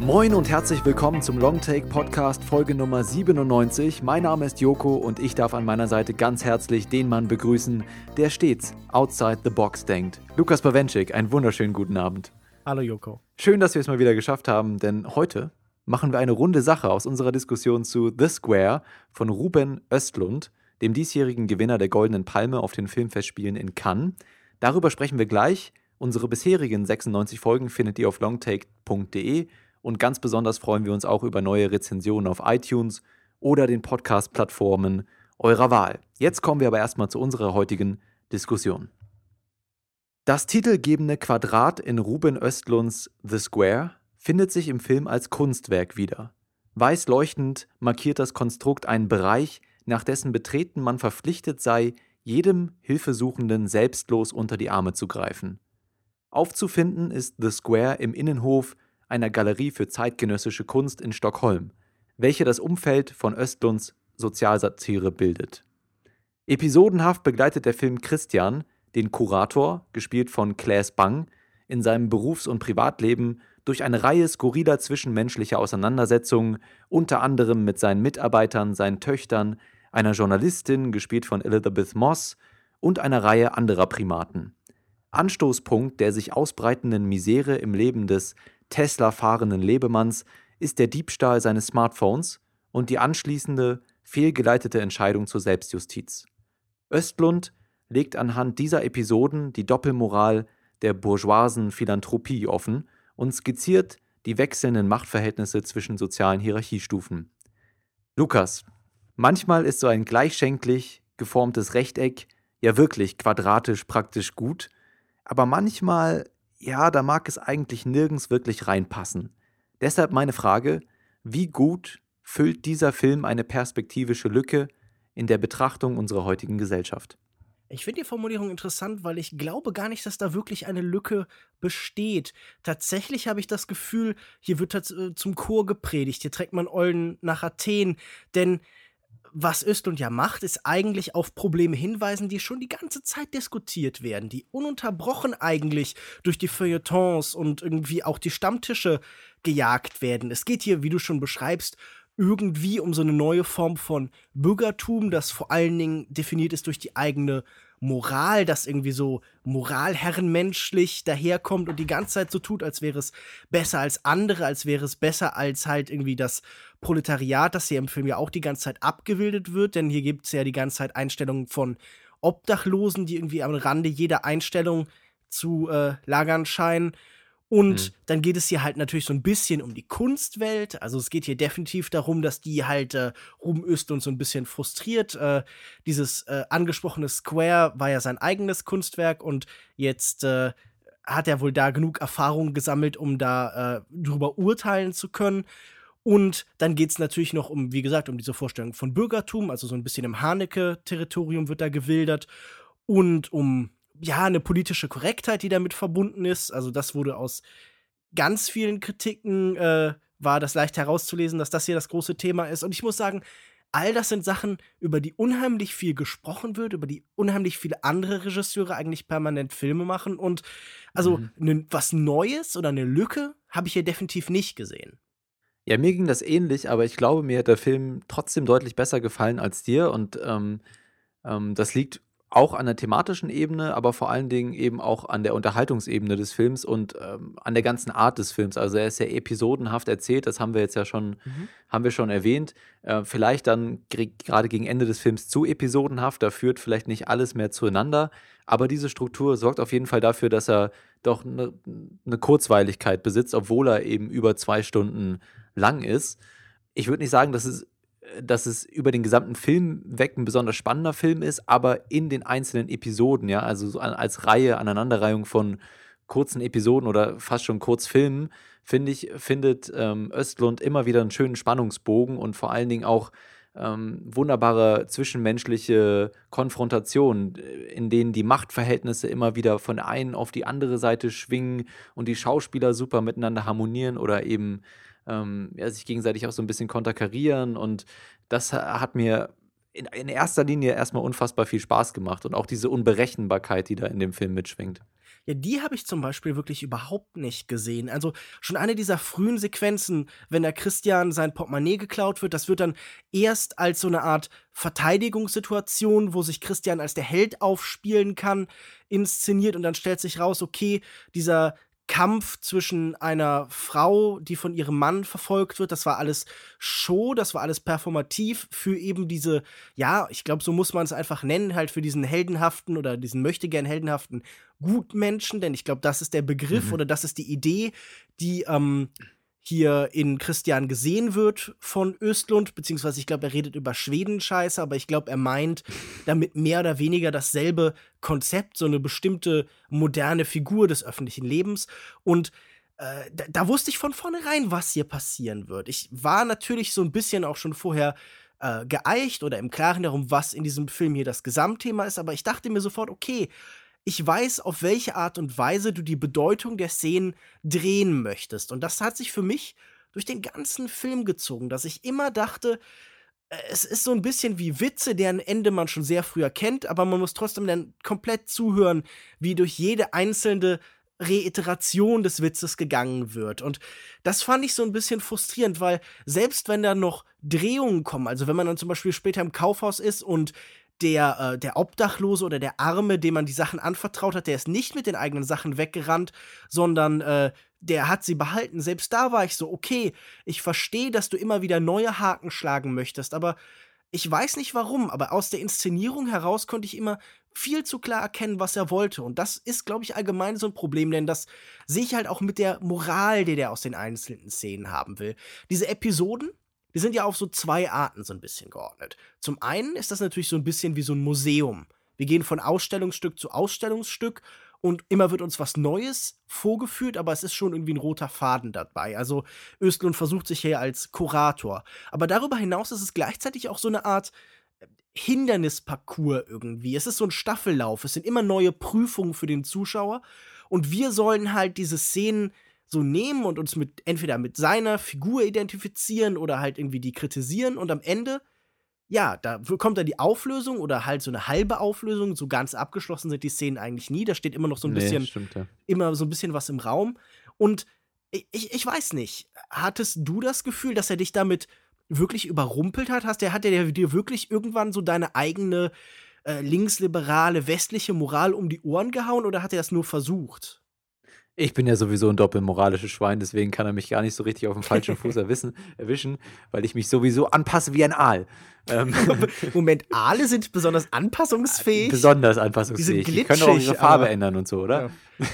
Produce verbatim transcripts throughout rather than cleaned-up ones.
Moin und herzlich willkommen zum Longtake Podcast Folge Nummer siebenundneunzig. Mein Name ist Joko und ich darf an meiner Seite ganz herzlich den Mann begrüßen, der stets outside the box denkt. Lukas Bawenschik, einen wunderschönen guten Abend. Hallo Joko. Schön, dass wir es mal wieder geschafft haben, denn heute machen wir eine runde Sache aus unserer Diskussion zu The Square von Ruben Östlund, dem diesjährigen Gewinner der Goldenen Palme auf den Filmfestspielen in Cannes. Darüber sprechen wir gleich. Unsere bisherigen sechsundneunzig Folgen findet ihr auf longtake punkt de. Und ganz besonders freuen wir uns auch über neue Rezensionen auf iTunes oder den Podcast-Plattformen eurer Wahl. Jetzt kommen wir aber erstmal zu unserer heutigen Diskussion. Das titelgebende Quadrat in Ruben Östlunds The Square findet sich im Film als Kunstwerk wieder. Weiß leuchtend markiert das Konstrukt einen Bereich, nach dessen Betreten man verpflichtet sei, jedem Hilfesuchenden selbstlos unter die Arme zu greifen. Aufzufinden ist The Square im Innenhof einer Galerie für zeitgenössische Kunst in Stockholm, welche das Umfeld von Östlunds Sozialsatire bildet. Episodenhaft begleitet der Film Christian, den Kurator, gespielt von Claes Bang, in seinem Berufs- und Privatleben durch eine Reihe skurriler zwischenmenschlicher Auseinandersetzungen, unter anderem mit seinen Mitarbeitern, seinen Töchtern, einer Journalistin, gespielt von Elizabeth Moss, und einer Reihe anderer Primaten. Anstoßpunkt der sich ausbreitenden Misere im Leben des Tesla-fahrenden Lebemanns ist der Diebstahl seines Smartphones und die anschließende, fehlgeleitete Entscheidung zur Selbstjustiz. Östlund legt anhand dieser Episoden die Doppelmoral der bourgeoisen Philanthropie offen und skizziert die wechselnden Machtverhältnisse zwischen sozialen Hierarchiestufen. Lukas, manchmal ist so ein gleichschenklig geformtes Rechteck ja wirklich quadratisch praktisch gut, aber manchmal, ja, da mag es eigentlich nirgends wirklich reinpassen. Deshalb meine Frage, wie gut füllt dieser Film eine perspektivische Lücke in der Betrachtung unserer heutigen Gesellschaft? Ich finde die Formulierung interessant, weil ich glaube gar nicht, dass da wirklich eine Lücke besteht. Tatsächlich habe ich das Gefühl, hier wird tats- äh, zum Chor gepredigt, hier trägt man Eulen nach Athen, denn was Östlund ja macht, ist eigentlich auf Probleme hinweisen, die schon die ganze Zeit diskutiert werden, die ununterbrochen eigentlich durch die Feuilletons und irgendwie auch die Stammtische gejagt werden. Es geht hier, wie du schon beschreibst, irgendwie um so eine neue Form von Bürgertum, das vor allen Dingen definiert ist durch die eigene Moral, das irgendwie so moralherrenmenschlich daherkommt und die ganze Zeit so tut, als wäre es besser als andere, als wäre es besser als halt irgendwie das Proletariat, das hier im Film ja auch die ganze Zeit abgebildet wird, denn hier gibt es ja die ganze Zeit Einstellungen von Obdachlosen, die irgendwie am Rande jeder Einstellung zu äh, lagern scheinen. Und mhm. dann geht es hier halt natürlich so ein bisschen um die Kunstwelt. Also es geht hier definitiv darum, dass die halt äh, Ruben Östlund so ein bisschen frustriert. Äh, dieses äh, angesprochene Square war ja sein eigenes Kunstwerk und jetzt äh, hat er wohl da genug Erfahrung gesammelt, um da äh, drüber urteilen zu können. Und dann geht es natürlich noch um, wie gesagt, um diese Vorstellung von Bürgertum, also so ein bisschen im Haneke-Territorium wird da gewildert und um ja, eine politische Korrektheit, die damit verbunden ist. Also das wurde aus ganz vielen Kritiken, äh, war das leicht herauszulesen, dass das hier das große Thema ist. Und ich muss sagen, all das sind Sachen, über die unheimlich viel gesprochen wird, über die unheimlich viele andere Regisseure eigentlich permanent Filme machen. Und also mhm. ne, was Neues oder eine Lücke habe ich hier definitiv nicht gesehen. Ja, mir ging das ähnlich, aber ich glaube, mir hat der Film trotzdem deutlich besser gefallen als dir. Und ähm, ähm, das liegt auch an der thematischen Ebene, aber vor allen Dingen eben auch an der Unterhaltungsebene des Films und ähm, an der ganzen Art des Films. Also er ist ja episodenhaft erzählt, das haben wir jetzt ja schon, mhm. haben wir schon erwähnt. Äh, vielleicht dann gr- gerade gegen Ende des Films zu episodenhaft, da führt vielleicht nicht alles mehr zueinander, aber diese Struktur sorgt auf jeden Fall dafür, dass er doch eine ne Kurzweiligkeit besitzt, obwohl er eben über zwei Stunden lang ist. Ich würde nicht sagen, dass es dass es über den gesamten Film weg ein besonders spannender Film ist, aber in den einzelnen Episoden, ja, also so als Reihe, Aneinanderreihung von kurzen Episoden oder fast schon Kurzfilmen, finde ich, findet ähm, Östlund immer wieder einen schönen Spannungsbogen und vor allen Dingen auch ähm, wunderbare zwischenmenschliche Konfrontationen, in denen die Machtverhältnisse immer wieder von der einen auf die andere Seite schwingen und die Schauspieler super miteinander harmonieren oder eben ähm, ja, sich gegenseitig auch so ein bisschen konterkarieren und das hat mir in, in erster Linie erstmal unfassbar viel Spaß gemacht und auch diese Unberechenbarkeit, die da in dem Film mitschwingt. Ja, die habe ich zum Beispiel wirklich überhaupt nicht gesehen. Also, schon eine dieser frühen Sequenzen, wenn der Christian sein Portemonnaie geklaut wird, das wird dann erst als so eine Art Verteidigungssituation, wo sich Christian als der Held aufspielen kann, inszeniert und dann stellt sich raus, okay, dieser Kampf zwischen einer Frau, die von ihrem Mann verfolgt wird, das war alles Show, das war alles performativ für eben diese, ja, ich glaube, so muss man es einfach nennen, halt für diesen heldenhaften oder diesen möchtegern heldenhaften Gutmenschen, denn ich glaube, das ist der Begriff Mhm. oder das ist die Idee, die ähm, hier in Christian gesehen wird von Östlund, beziehungsweise ich glaube, er redet über Schweden-Scheiße, aber ich glaube, er meint damit mehr oder weniger dasselbe Konzept, so eine bestimmte moderne Figur des öffentlichen Lebens. Und äh, da, da wusste ich von vornherein, was hier passieren wird. Ich war natürlich so ein bisschen auch schon vorher äh, geeicht oder im Klaren darum, was in diesem Film hier das Gesamtthema ist, aber ich dachte mir sofort, okay, ich weiß, auf welche Art und Weise du die Bedeutung der Szenen drehen möchtest. Und das hat sich für mich durch den ganzen Film gezogen, dass ich immer dachte, äh, es ist so ein bisschen wie Witze, deren Ende man schon sehr früh erkennt, aber man muss trotzdem dann komplett zuhören, wie durch jede einzelne Reiteration des Witzes gegangen wird. Und das fand ich so ein bisschen frustrierend, weil selbst wenn da noch Drehungen kommen, also wenn man dann zum Beispiel später im Kaufhaus ist und der, äh, der Obdachlose oder der Arme, dem man die Sachen anvertraut hat, der ist nicht mit den eigenen Sachen weggerannt, sondern äh, der hat sie behalten. Selbst da war ich so, okay, ich verstehe, dass du immer wieder neue Haken schlagen möchtest, aber ich weiß nicht warum, aber aus der Inszenierung heraus konnte ich immer viel zu klar erkennen, was er wollte. Und das ist, glaube ich, allgemein so ein Problem, denn das sehe ich halt auch mit der Moral, die der aus den einzelnen Szenen haben will. Diese Episoden, die sind ja auf so zwei Arten so ein bisschen geordnet. Zum einen ist das natürlich so ein bisschen wie so ein Museum. Wir gehen von Ausstellungsstück zu Ausstellungsstück und immer wird uns was Neues vorgeführt, aber es ist schon irgendwie ein roter Faden dabei. Also Östlund versucht sich hier als Kurator. Aber darüber hinaus ist es gleichzeitig auch so eine Art äh, Hindernisparcours irgendwie. Es ist so ein Staffellauf. Es sind immer neue Prüfungen für den Zuschauer. Und wir sollen halt diese Szenen so nehmen und uns mit entweder mit seiner Figur identifizieren oder halt irgendwie die kritisieren. Und am Ende, ja, da w- kommt dann die Auflösung oder halt so eine halbe Auflösung. So ganz abgeschlossen sind die Szenen eigentlich nie. Da steht immer noch so ein Nee, bisschen stimmt, ja. immer so ein bisschen was im Raum. Und i ich ich weiß nicht, hattest du das Gefühl, dass er dich damit wirklich überrumpelt hat? Hast der hat der dir wirklich irgendwann so deine eigene, äh, linksliberale westliche Moral um die Ohren gehauen oder hat er das nur versucht? Ich bin ja sowieso ein doppelmoralisches Schwein, deswegen kann er mich gar nicht so richtig auf dem falschen Fuß erwissen erwischen, weil ich mich sowieso anpasse wie ein Aal. Ähm, Moment, Aale sind besonders anpassungsfähig? besonders Die sind anpassungsfähig. Die können auch ihre glitschig, Farbe aber ändern und so, oder? ja.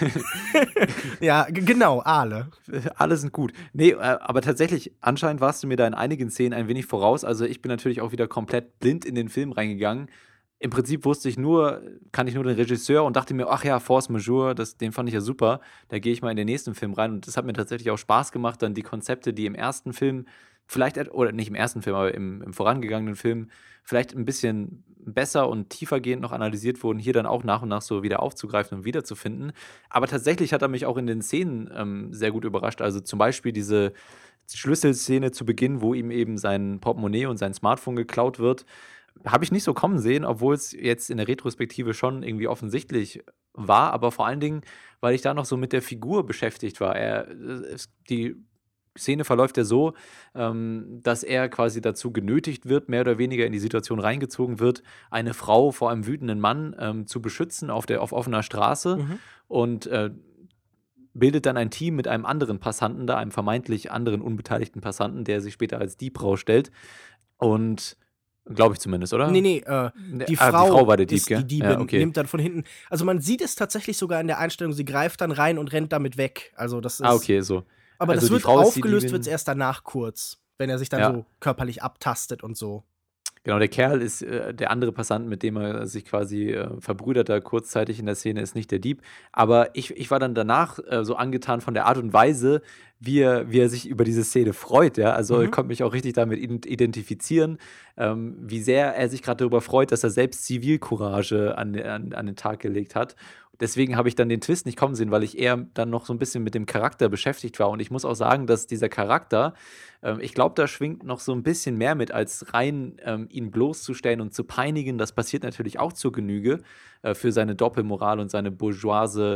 Ja, g genau, Aale. Alle sind gut. Ne, äh, aber tatsächlich, anscheinend warst du mir da in einigen Szenen ein wenig voraus. Also, ich bin natürlich auch wieder komplett blind in den Film reingegangen. Im Prinzip wusste ich nur kannte ich nur den Regisseur und dachte mir: „Ach ja, Force Majeure, das den fand ich ja super. Da gehe ich mal in den nächsten Film rein.“ Und das hat mir tatsächlich auch Spaß gemacht, dann die Konzepte, die im ersten Film vielleicht et oder nicht im ersten Film, aber im im vorangegangenen Film vielleicht ein bisschen besser und tiefergehend noch analysiert wurden, hier dann auch nach und nach so wieder aufzugreifen und wiederzufinden. Aber tatsächlich hat er mich auch in den Szenen, ähm, sehr gut überrascht. Also, zum Beispiel diese Schlüsselszene zu Beginn, wo ihm eben sein Portemonnaie und sein Smartphone geklaut wird, habe ich nicht so kommen sehen, obwohl es jetzt in der Retrospektive schon irgendwie offensichtlich war, aber vor allen Dingen, weil ich da noch so mit der Figur beschäftigt war. Er äh, es die Szene verläuft ja so, ähm, dass er quasi dazu genötigt wird, mehr oder weniger in die Situation reingezogen wird, eine Frau vor einem wütenden Mann, ähm, zu beschützen auf der auf offener Straße Mhm. und, äh, bildet dann ein Team mit einem anderen Passanten da, einem vermeintlich anderen unbeteiligten Passanten, der sich später als Dieb rausstellt und glaube ich zumindest, Ne, oder? ne, äh, Ne, die ah, die Frau Frau war der Dieb, ist die gell? Ja, Diebin, okay. nimmt dann von hinten, also, man sieht es tatsächlich sogar in der Einstellung, sie greift dann rein und rennt damit weg. Also, das Ah, ist okay, so. aber Also, das die wird Frau ist die aufgelöst wird's Diebin. erst danach kurz, wenn er sich dann Ja. so körperlich abtastet und so. Genau, der Kerl ist, äh, der andere Passant, mit dem er sich quasi, äh, verbrüdert da kurzzeitig in der Szene, ist nicht der Dieb. Aber ich ich war dann danach, äh, so angetan von der Art und Weise, wie er wie er sich über diese Szene freut, ja. Also, ich Mhm. konnte mich auch richtig damit ident identifizieren, ähm, wie sehr er sich gerade darüber freut, dass er selbst Zivilcourage an de an an den Tag gelegt hat. Deswegen habe ich dann den Twist nicht kommen sehen, weil ich eher dann noch so ein bisschen mit dem Charakter beschäftigt war. Und ich muss auch sagen, dass dieser Charakter, ähm, ich glaube, da schwingt noch so ein bisschen mehr mit, als rein, ähm, ihn bloßzustellen und zu peinigen. Das passiert natürlich auch zur Genüge, äh, für seine Doppelmoral und seine bourgeoise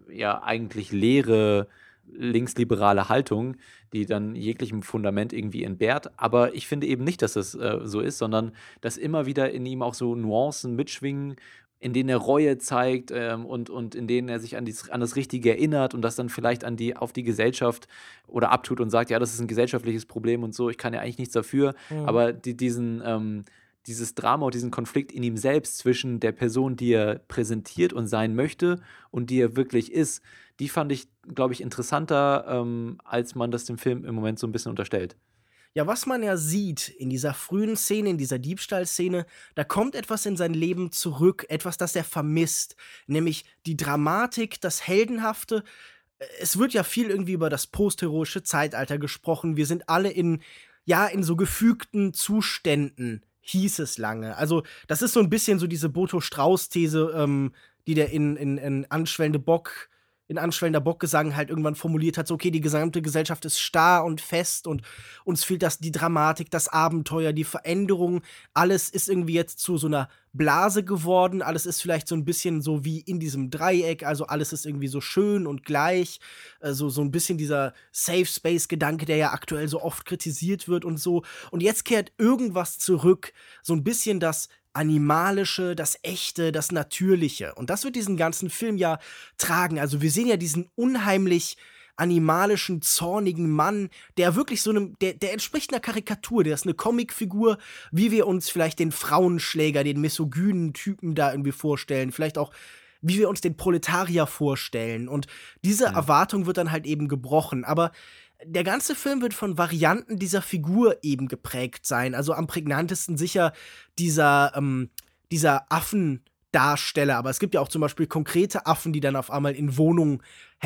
ja eigentlich leere linksliberale Haltung, die dann jeglichem Fundament irgendwie entbehrt. Aber ich finde eben nicht, dass das äh, so ist, sondern dass immer wieder in ihm auch so Nuancen mitschwingen, in denen er Reue zeigt ähm, und, und in denen er sich an, dies, an das Richtige erinnert und das dann vielleicht an die, auf die Gesellschaft oder abtut und sagt, ja, das ist ein gesellschaftliches Problem und so, ich kann ja eigentlich nichts dafür. Mhm. Aber die, diesen, ähm, dieses Drama und diesen Konflikt in ihm selbst zwischen der Person, die er präsentiert und sein möchte und die er wirklich ist, die fand ich, glaube ich, interessanter, ähm, als man das dem Film im Moment so ein bisschen unterstellt. Ja, was man ja sieht in dieser frühen Szene, in dieser Diebstahlszene, da kommt etwas in sein Leben zurück, etwas, das er vermisst, nämlich die Dramatik, das Heldenhafte. Äh, Es wird ja viel irgendwie über das postheroische Zeitalter gesprochen. Wir sind alle in, ja, in so gefügten Zuständen, hieß es lange. Also, das ist so ein bisschen so diese Boto-Strauß-These, ähm, die der in, in, in anschwellende Bock in anschwellender Bockgesang halt irgendwann formuliert hat, so okay, die gesamte Gesellschaft ist starr und fest und uns fehlt das, die Dramatik, das Abenteuer, die Veränderung, alles ist irgendwie jetzt zu so einer Blase geworden, alles ist vielleicht so ein bisschen so wie in diesem Dreieck, also alles ist irgendwie so schön und gleich, also so ein bisschen dieser Safe-Space-Gedanke, der ja aktuell so oft kritisiert wird und so. Und jetzt kehrt irgendwas zurück, so ein bisschen das Animalische, das Echte, das Natürliche. Und das wird diesen ganzen Film ja tragen. Also wir sehen ja diesen unheimlich animalischen, zornigen Mann, der wirklich so einem, der, der entspricht einer Karikatur, der ist eine Comicfigur, wie wir uns vielleicht den Frauenschläger, den misogynen Typen da irgendwie vorstellen, vielleicht auch wie wir uns den Proletarier vorstellen. Und diese Mhm. Erwartung wird dann halt eben gebrochen. Aber der ganze Film wird von Varianten dieser Figur eben geprägt sein. Also am prägnantesten sicher dieser, ähm, dieser Affendarsteller. Aber es gibt ja auch zum Beispiel konkrete Affen, die dann auf einmal in Wohnungen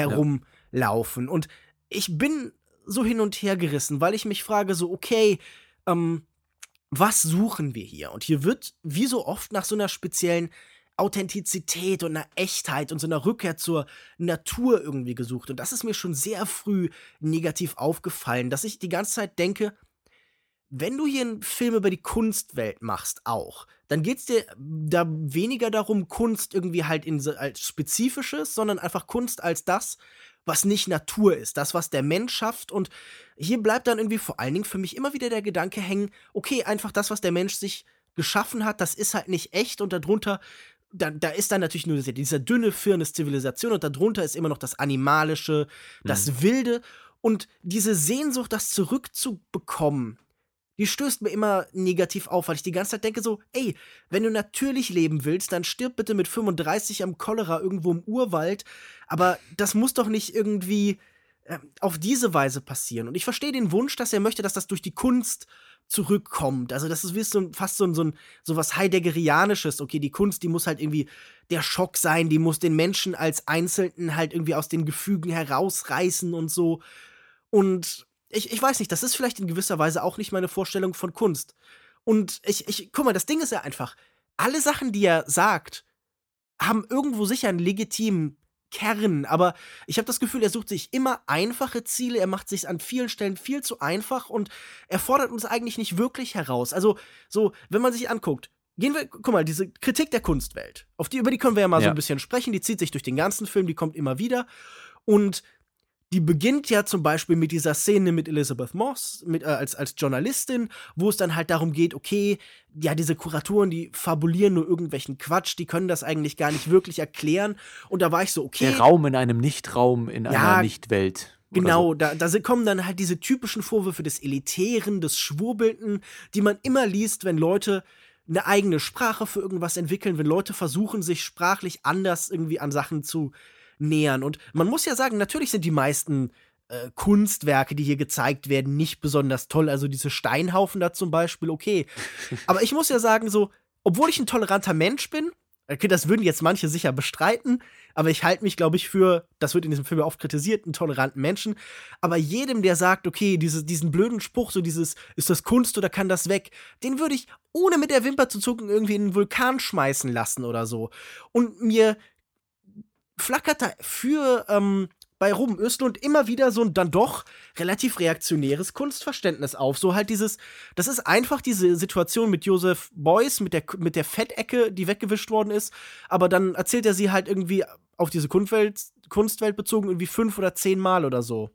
herumlaufen. Und ich bin so hin und her gerissen, weil ich mich frage, so, okay, ähm, was suchen wir hier? Und hier wird, wie so oft, nach so einer speziellen Authentizität und einer Echtheit und so einer Rückkehr zur Natur irgendwie gesucht. Und das ist mir schon sehr früh negativ aufgefallen, dass ich die ganze Zeit denke, wenn du hier einen Film über die Kunstwelt machst auch, dann geht's dir da weniger darum, Kunst irgendwie halt in so als Spezifisches, sondern einfach Kunst als das, was nicht Natur ist, das, was der Mensch schafft. Und hier bleibt dann irgendwie vor allen Dingen für mich immer wieder der Gedanke hängen, okay, einfach das, was der Mensch sich geschaffen hat, das ist halt nicht echt und darunter da, da ist dann natürlich nur dieser, dieser dünne Firnis Zivilisation und darunter ist immer noch das Animalische, das Mhm. Wilde und diese Sehnsucht, das zurückzubekommen, die stößt mir immer negativ auf, weil ich die ganze Zeit denke so, ey, wenn du natürlich leben willst, dann stirb bitte mit fünfunddreißig am Cholera irgendwo im Urwald, aber das muss doch nicht irgendwie äh, auf diese Weise passieren. Und ich verstehe den Wunsch, dass er möchte, dass das durch die Kunst zurückkommt. Also das ist wie so, fast so, ein- so, ein, so was Heideggerianisches. Okay, die Kunst, die muss halt irgendwie der Schock sein, die muss den Menschen als Einzelnen halt irgendwie aus den Gefügen herausreißen und so. Und ich, ich weiß nicht, das ist vielleicht in gewisser Weise auch nicht meine Vorstellung von Kunst. Und ich, ich, guck mal, das Ding ist ja einfach, alle Sachen, die er sagt, haben irgendwo sicher einen legitimen Kern, aber ich habe das Gefühl, er sucht sich immer einfache Ziele, er macht sich an vielen Stellen viel zu einfach und er fordert uns eigentlich nicht wirklich heraus. Also, so, wenn man sich anguckt, gehen wir, guck mal, diese Kritik der Kunstwelt, auf die, über die können wir ja mal so Ja. ein bisschen sprechen, die zieht sich durch den ganzen Film, die kommt immer wieder und die beginnt ja zum Beispiel mit dieser Szene mit Elizabeth Moss mit, äh, als, als Journalistin, wo es dann halt darum geht, okay, ja, diese Kuratoren, die fabulieren nur irgendwelchen Quatsch, die können das eigentlich gar nicht wirklich erklären. Und da war ich so, okay. Der Raum in einem Nichtraum, in Ja, einer Nichtwelt. oder Genau, So. da, da sind- kommen dann halt diese typischen Vorwürfe des Elitären, des Schwurbelnden, die man immer liest, wenn Leute eine eigene Sprache für irgendwas entwickeln, wenn Leute versuchen, sich sprachlich anders irgendwie an Sachen zu nähern. Und man muss ja sagen, natürlich sind die meisten äh, Kunstwerke, die hier gezeigt werden, nicht besonders toll. Also diese Steinhaufen da zum Beispiel, okay. Aber ich muss ja sagen, so, obwohl ich ein toleranter Mensch bin, okay, das würden jetzt manche sicher bestreiten, aber ich halte mich, glaube ich, für, das wird in diesem Film ja oft kritisiert, einen toleranten Menschen. Aber jedem, der sagt, okay, diese, diesen blöden Spruch, so dieses, ist das Kunst oder kann das weg, den würde ich, ohne mit der Wimper zu zucken, irgendwie in einen Vulkan schmeißen lassen oder so. Und mir flackert da für ähm, bei Ruben Östlund immer wieder so ein dann doch relativ reaktionäres Kunstverständnis auf. So halt dieses, das ist einfach diese Situation mit Joseph Beuys, mit der, mit der Fettecke, die weggewischt worden ist, aber dann erzählt er sie halt irgendwie auf diese Kunstwelt, Kunstwelt bezogen irgendwie fünf oder zehn Mal oder so.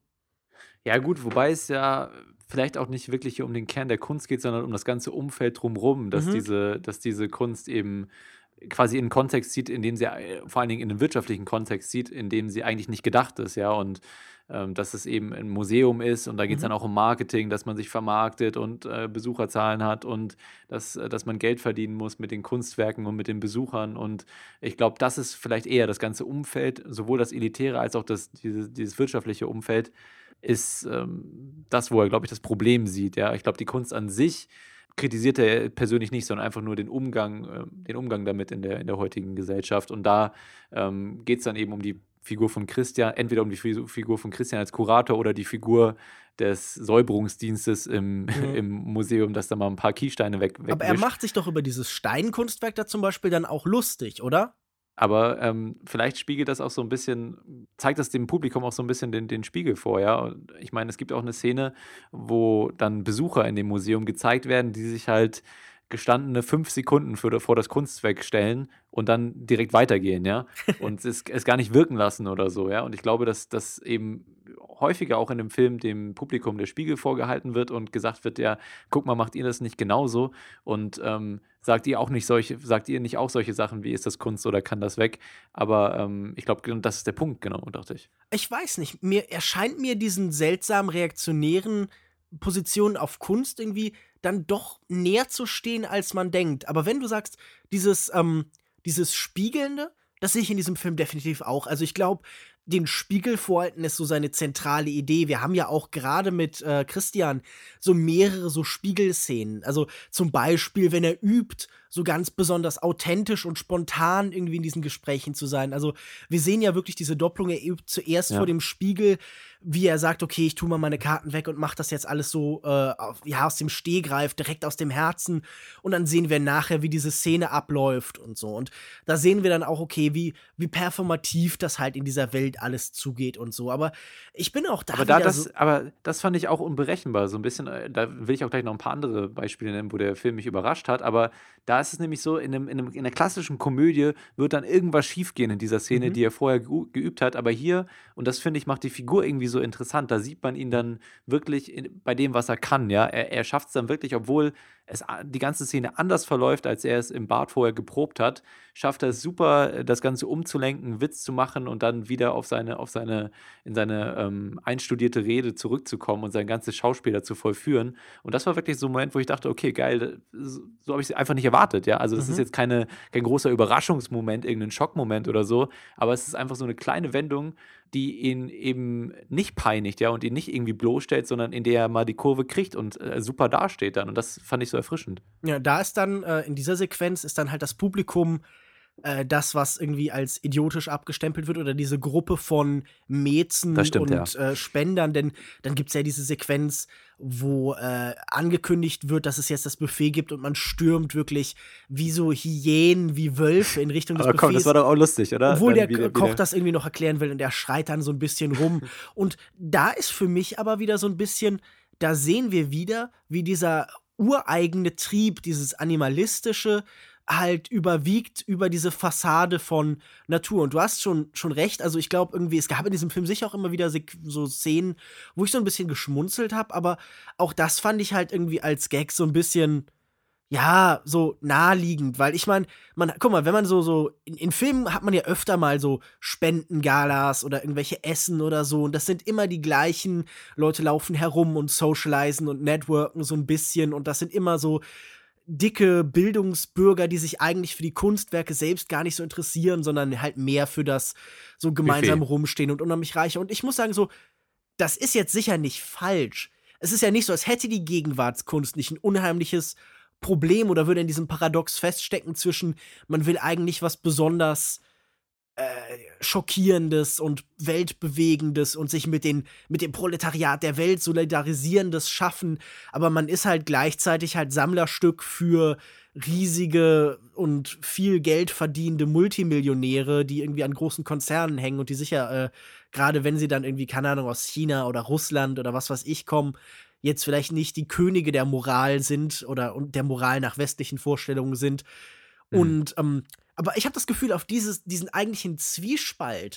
Ja gut, wobei es ja vielleicht auch nicht wirklich hier um den Kern der Kunst geht, sondern um das ganze Umfeld drumrum, dass Mhm. diese dass diese Kunst eben quasi in 'n Kontext zieht, in dem sie äh, vor allen Dingen in 'nen wirtschaftlichen Kontext zieht, in dem sie eigentlich nicht gedacht ist, ja? Und, ähm, dass es eben ein Museum ist und da geht's Mhm. dann auch um Marketing, dass man sich vermarktet und, äh, Besucherzahlen hat und dass äh, dass man Geld verdienen muss mit den Kunstwerken und mit den Besuchern. Und ich glaube, das ist vielleicht eher das ganze Umfeld, sowohl das Elitäre als auch das diese dieses wirtschaftliche Umfeld ist, ähm, das, wo er, glaube ich, das Problem sieht, ja? Ich glaube, die Kunst an sich kritisiert er persönlich nicht, sondern einfach nur den Umgang ähm, den Umgang damit in der in der heutigen Gesellschaft. Und da, ähm, geht's dann eben um die Figur von Christian entweder um die Fisu Figur von Christian als Kurator oder die Figur des Säuberungsdienstes im Mhm. im Museum, das da mal 'n paar Kiessteine weg Aber er wegwischt. macht sich doch über dieses Steinkunstwerk da zum Beispiel dann auch lustig, oder? Aber, ähm, vielleicht spiegelt das auch so 'n bisschen zeigt das dem Publikum auch so 'n bisschen den den Spiegel vor, ja? Und ich meine, es gibt auch 'ne Szene, wo dann Besucher in dem Museum gezeigt werden, die sich halt gestandene fünf Sekunden für da vor das Kunstwerk stellen und dann direkt weitergehen, ja? Und es es gar nicht wirken lassen oder so, ja? Und ich glaube, dass dass eben häufiger auch in dem Film dem Publikum der Spiegel vorgehalten wird und gesagt wird: „Ja, guck mal, macht ihr das nicht genauso? Und, ähm, sagt ihr auch nicht solche sagt ihr nicht auch solche Sachen wie: ‚Ist das Kunst oder kann das weg?'“ Aber, ähm, ich glaube, genau das ist der Punkt, genau, dachte ich. Ich weiß nicht, mir er scheint mir diesen seltsam reaktionären Positionen auf Kunst irgendwie dann doch näher zu stehen, als man denkt. Aber wenn du sagst, dieses, ähm dieses Spiegelnde, das sehe ich in diesem Film definitiv auch. Also, ich glaube, den Spiegel vorhalten ist so seine zentrale Idee. Wir haben ja auch grade mit, äh, Christian so mehrere so Spiegelszenen. Also, zum Beispiel, wenn er übt, so ganz besonders authentisch und spontan irgendwie in diesen Gesprächen zu sein. Also, wir sehen ja wirklich diese Doppelung. Er übt zuerst vor Ja. dem Spiegel, wie er sagt: „Okay, ich tue mal meine Karten weg und mache das jetzt alles so, äh, auf ja, aus dem Stegreif, direkt aus dem Herzen.“ Und dann sehen wir nachher, wie diese Szene abläuft und so. Und da sehen wir dann auch, okay, wie wie performativ das halt in dieser Welt alles zugeht und so. Aber ich bin auch Aber da da wieder so das aber das fand ich auch unberechenbar so 'n bisschen. Äh, da will ich auch gleich noch 'n paar andere Beispiele nennen, wo der Film mich überrascht hat. Aber da ist es nämlich so, in 'nem in 'nem in 'ner klassischen Komödie wird dann irgendwas schiefgehen in dieser Szene, Mhm. die er vorher geu geübt hat. Aber hier und das finde ich, macht die Figur irgendwie so interessant, da sieht man ihn dann wirklich in bei dem, was er kann, ja? Er er schafft's dann wirklich, obwohl es a die ganze Szene anders verläuft, als er es im Bad vorher geprobt hat, schafft er es super, äh, das Ganze umzulenken, 'n Witz zu machen und dann wieder auf seine auf seine in seine, ähm, einstudierte Rede zurückzukommen und sein ganzes Schauspiel da zu vollführen. Und das war wirklich so 'n Moment, wo ich dachte: „Okay, geil, d s so habe ich's einfach nicht erwartet“, ja? Also, das ist Mhm. jetzt keine kein großer Überraschungsmoment, irgend 'nen Schockmoment oder so, aber es ist einfach so 'ne kleine Wendung, die ihn eben nicht peinigt, ja, und ihn nicht irgendwie bloßstellt, sondern in der er mal die Kurve kriegt und, äh, super dasteht dann. Und das fand ich so erfrischend. Ja, da ist dann äh, in dieser Sequenz ist dann halt das Publikum, äh, das, was irgendwie als idiotisch abgestempelt wird oder diese Gruppe von Das Mäzen stimmt, ja. und, äh, Spendern. Denn dann gibt's ja diese Sequenz, wo, äh, angekündigt wird, dass es jetzt das Buffet gibt und man stürmt wirklich wie so Hyänen, wie Wölfe in Richtung des Aber komm, das Buffets, war doch auch lustig, oder? obwohl Dann der wie K der wie Koch der das irgendwie noch erklären will und er schreit dann so 'n bisschen rum. Und da ist für mich aber wieder so 'n bisschen da sehen wir wieder, wie dieser ureigene Trieb, dieses Animalistische halt überwiegt über diese Fassade von Natur. Und du hast schon schon recht, also, ich glaube irgendwie, es gab in diesem Film sicher auch immer wieder Seq so Szenen, wo ich so 'n bisschen geschmunzelt habe, aber auch das fand ich halt irgendwie als Gag so 'n bisschen, ja, so naheliegend, weil ich meine, man guck mal, wenn man so so in in Filmen hat man ja öfter mal so Spendengalas oder irgendwelche Essen oder so und das sind immer die gleichen Leute laufen herum und socialisen und networken so 'n bisschen und das sind immer so dicke Bildungsbürger, die sich eigentlich für die Kunstwerke selbst gar nicht so interessieren, sondern halt mehr für das so gemeinsam Buffet. Rumstehen und unheimlich Reiche. Und ich muss sagen so, das ist jetzt sicher nicht falsch. Es ist ja nicht so, als hätte die Gegenwartskunst nicht 'n unheimliches Problem oder würde in diesem Paradox feststecken zwischen, man will eigentlich was besonders, äh, Schockierendes und Weltbewegendes und sich mit den mit dem Proletariat der Welt Solidarisierendes schaffen, aber man ist halt gleichzeitig halt Sammlerstück für riesige und viel Geld verdienende Multimillionäre, die irgendwie an großen Konzernen hängen und die sicher, äh, grade wenn sie dann irgendwie, keine Ahnung, aus China oder Russland oder was weiß ich kommen, jetzt vielleicht nicht die Könige der Moral sind oder und der Moral nach westlichen Vorstellungen sind. Mhm. Und, ähm aber ich habe das Gefühl, auf dieses diesen eigentlichen Zwiespalt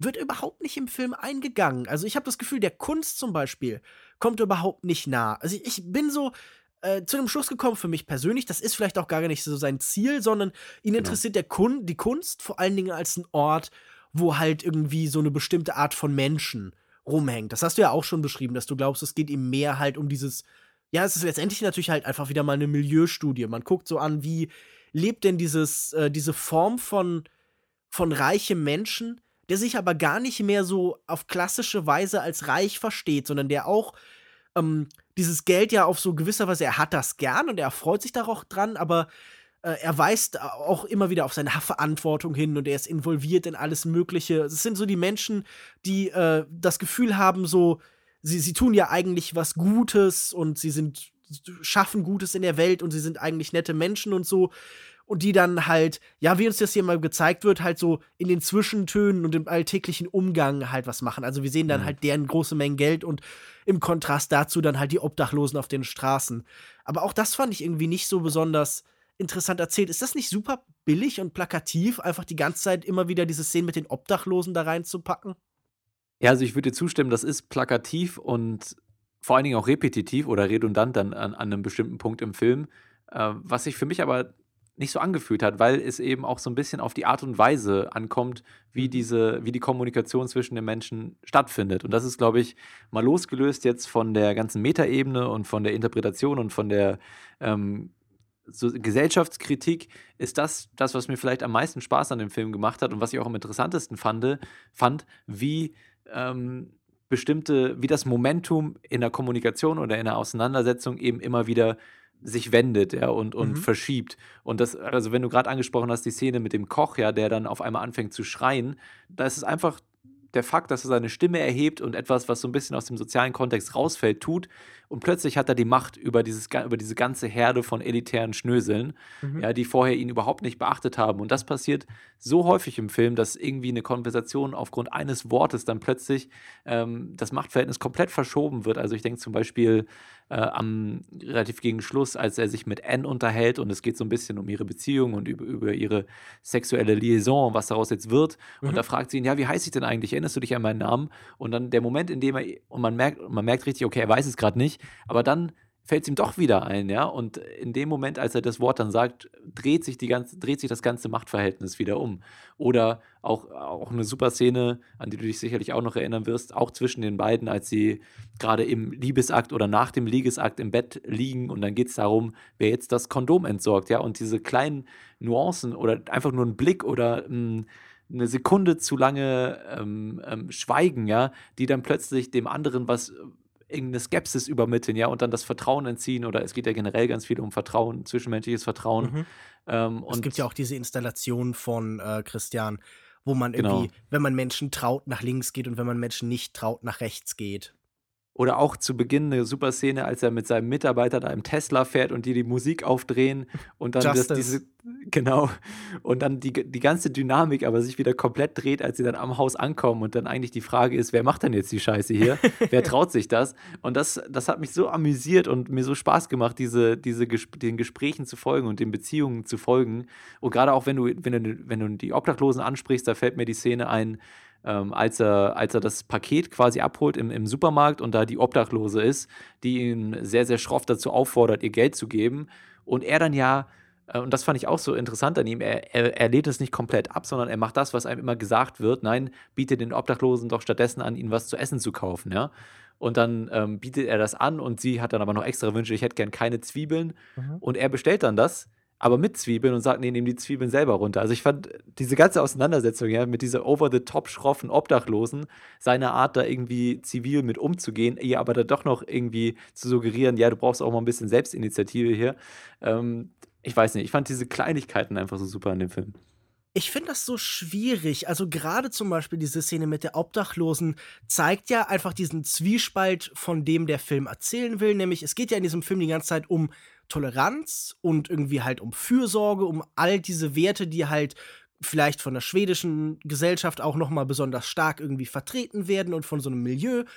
wird überhaupt nicht im Film eingegangen. Also, ich habe das Gefühl, der Kunst zum Beispiel kommt überhaupt nicht nah. Also, ich ich bin so, äh, zu dem Schluss gekommen für mich persönlich, das ist vielleicht auch gar nicht so sein Ziel, sondern ihn Genau. interessiert der Kun die Kunst vor allen Dingen als 'n Ort, wo halt irgendwie so 'ne bestimmte Art von Menschen rumhängt. Das hast du ja auch schon beschrieben, dass du glaubst, es geht ihm mehr halt um dieses ja, es ist letztendlich natürlich halt einfach wieder mal 'ne Milieustudie. Man guckt so an, wie lebt denn dieses äh, diese Form von von reichem Menschen, der sich aber gar nicht mehr so auf klassische Weise als reich versteht, sondern der auch, ähm, dieses Geld ja auf so gewisser Weise er hat das gern und er freut sich da auch dran, aber, äh, er weist a auch immer wieder auf seine ha Verantwortung hin und er ist involviert in alles Mögliche. Es sind so die Menschen, die, äh, das Gefühl haben, so, sie sie tun ja eigentlich was Gutes und sie sind schaffen Gutes in der Welt und sie sind eigentlich nette Menschen und so. Und die dann halt, ja, wie uns das hier mal gezeigt wird, halt so in den Zwischentönen und im alltäglichen Umgang halt was machen. Also, wir sehen dann Mhm. halt deren große Mengen Geld und im Kontrast dazu dann halt die Obdachlosen auf den Straßen. Aber auch das fand ich irgendwie nicht so besonders interessant erzählt. Ist das nicht super billig und plakativ, einfach die ganze Zeit immer wieder diese Szenen mit den Obdachlosen da reinzupacken? Ja, also ich würde dir zustimmen, das ist plakativ und vor allen Dingen auch repetitiv oder redundant dann an an 'nem bestimmten Punkt im Film, äh, was sich für mich aber nicht so angefühlt hat, weil es eben auch so 'n bisschen auf die Art und Weise ankommt, wie Mhm. diese wie die Kommunikation zwischen den Menschen stattfindet. Und das ist, glaube ich, mal losgelöst jetzt von der ganzen Metaebene und von der Interpretation und von der, ähm, so Gesellschaftskritik ist das das, was mir vielleicht am meisten Spaß an dem Film gemacht hat und was ich auch am interessantesten fande fand, wie, ähm, bestimmte wie das Momentum in der Kommunikation oder in der Auseinandersetzung eben immer wieder sich wendet, ja, und und Mhm. verschiebt. Und das also, wenn du grad angesprochen hast, die Szene mit dem Koch, ja, der dann auf einmal anfängt zu schreien, da ist es einfach der Fakt, dass er seine Stimme erhebt und etwas, was so 'n bisschen aus dem sozialen Kontext rausfällt, tut. Und plötzlich hat er die Macht über dieses ga über diese ganze Herde von elitären Schnöseln, Mhm. ja, die vorher ihn überhaupt nicht beachtet haben. Und das passiert so häufig im Film, dass irgendwie 'ne Konversation aufgrund eines Wortes dann plötzlich, ähm, das Machtverhältnis komplett verschoben wird. Also, ich denke zum Beispiel, äh, am relativ gegen Schluss, als er sich mit Anne unterhält und es geht so 'n bisschen um ihre Beziehung und üb über ihre sexuelle Liaison, was daraus jetzt wird. Und da Mhm. fragt sie ihn: „Ja, wie heiße ich denn eigentlich? Erinnerst du dich an meinen Namen?“ Und dann der Moment, in dem er und man merkt man merkt richtig, okay, er weiß es grad nicht, aber dann fällt's ihm doch wieder ein, ja? Und in dem Moment, als er das Wort dann sagt, dreht sich die ganze dreht sich das ganze Machtverhältnis wieder um. Oder auch auch 'ne super Szene, an die du dich sicherlich auch noch erinnern wirst, auch zwischen den beiden, als sie grade im Liebesakt oder nach dem Liegesakt im Bett liegen und dann geht's darum, wer jetzt das Kondom entsorgt, ja? Und diese kleinen Nuancen oder einfach nur 'n Blick oder, hm, 'ne Sekunde zu lange, ähm, ähm, Schweigen, ja, die dann plötzlich dem anderen was irgend 'ne Skepsis übermitteln, ja, und dann das Vertrauen entziehen oder es geht ja generell ganz viel um Vertrauen, zwischenmenschliches Vertrauen. Mhm. Ähm, Es gibt ja und auch diese Installation von, äh, Christian, wo man irgendwie, Genau. wenn man Menschen traut, nach links geht und wenn man Menschen nicht traut, nach rechts geht. Oder auch zu Beginn 'ne super Szene, als er mit seinem Mitarbeiter da im Tesla fährt und die die Musik aufdrehen und dann das Justice. diese genau. Und dann die g die ganze Dynamik aber sich wieder komplett dreht, als sie dann am Haus ankommen und dann eigentlich die Frage ist: „Wer macht denn jetzt die Scheiße hier? Wer traut sich das?“ Und das das hat mich so amüsiert und mir so Spaß gemacht, diese diese Gesp den Gesprächen zu folgen und den Beziehungen zu folgen. Und grade auch, wenn du wenn du wenn du die Obdachlosen ansprichst, da fällt mir die Szene ein, ähm, als er als er das Paket quasi abholt im im Supermarkt und da die Obdachlose ist, die ihn sehr, sehr schroff dazu auffordert, ihr Geld zu geben. Und er dann ja äh, und das fand ich auch so interessant an ihm, er er er lehnt es nicht komplett ab, sondern er macht das, was einem immer gesagt wird: „Nein, biete den Obdachlosen doch stattdessen an, ihnen was zu essen zu kaufen“, ja? Und dann, ähm, bietet er das an und sie hat dann aber noch extra Wünsche: „Ich hätte gern keine Zwiebeln.“ Mhm. Und er bestellt dann das, aber mit Zwiebeln und sagt: „Ne, nimm die Zwiebeln selber runter.“ Also, ich fand diese ganze Auseinandersetzung, ja, mit dieser over the top schroffen Obdachlosen, seine Art, da irgendwie zivil mit umzugehen, ihr aber dann doch noch irgendwie zu suggerieren: „Ja, du brauchst auch mal 'n bisschen Selbstinitiative hier.“ Ähm, ich weiß nicht, ich fand diese Kleinigkeiten einfach so super an dem Film. Ich finde das so schwierig. Also, grade zum Beispiel diese Szene mit der Obdachlosen zeigt ja einfach diesen Zwiespalt, von dem der Film erzählen will. Nämlich, es geht ja in diesem Film die ganze Zeit um Toleranz und irgendwie halt um Fürsorge, um all diese Werte, die halt vielleicht von der schwedischen Gesellschaft auch noch mal besonders stark irgendwie vertreten werden und von so 'nem Milieu.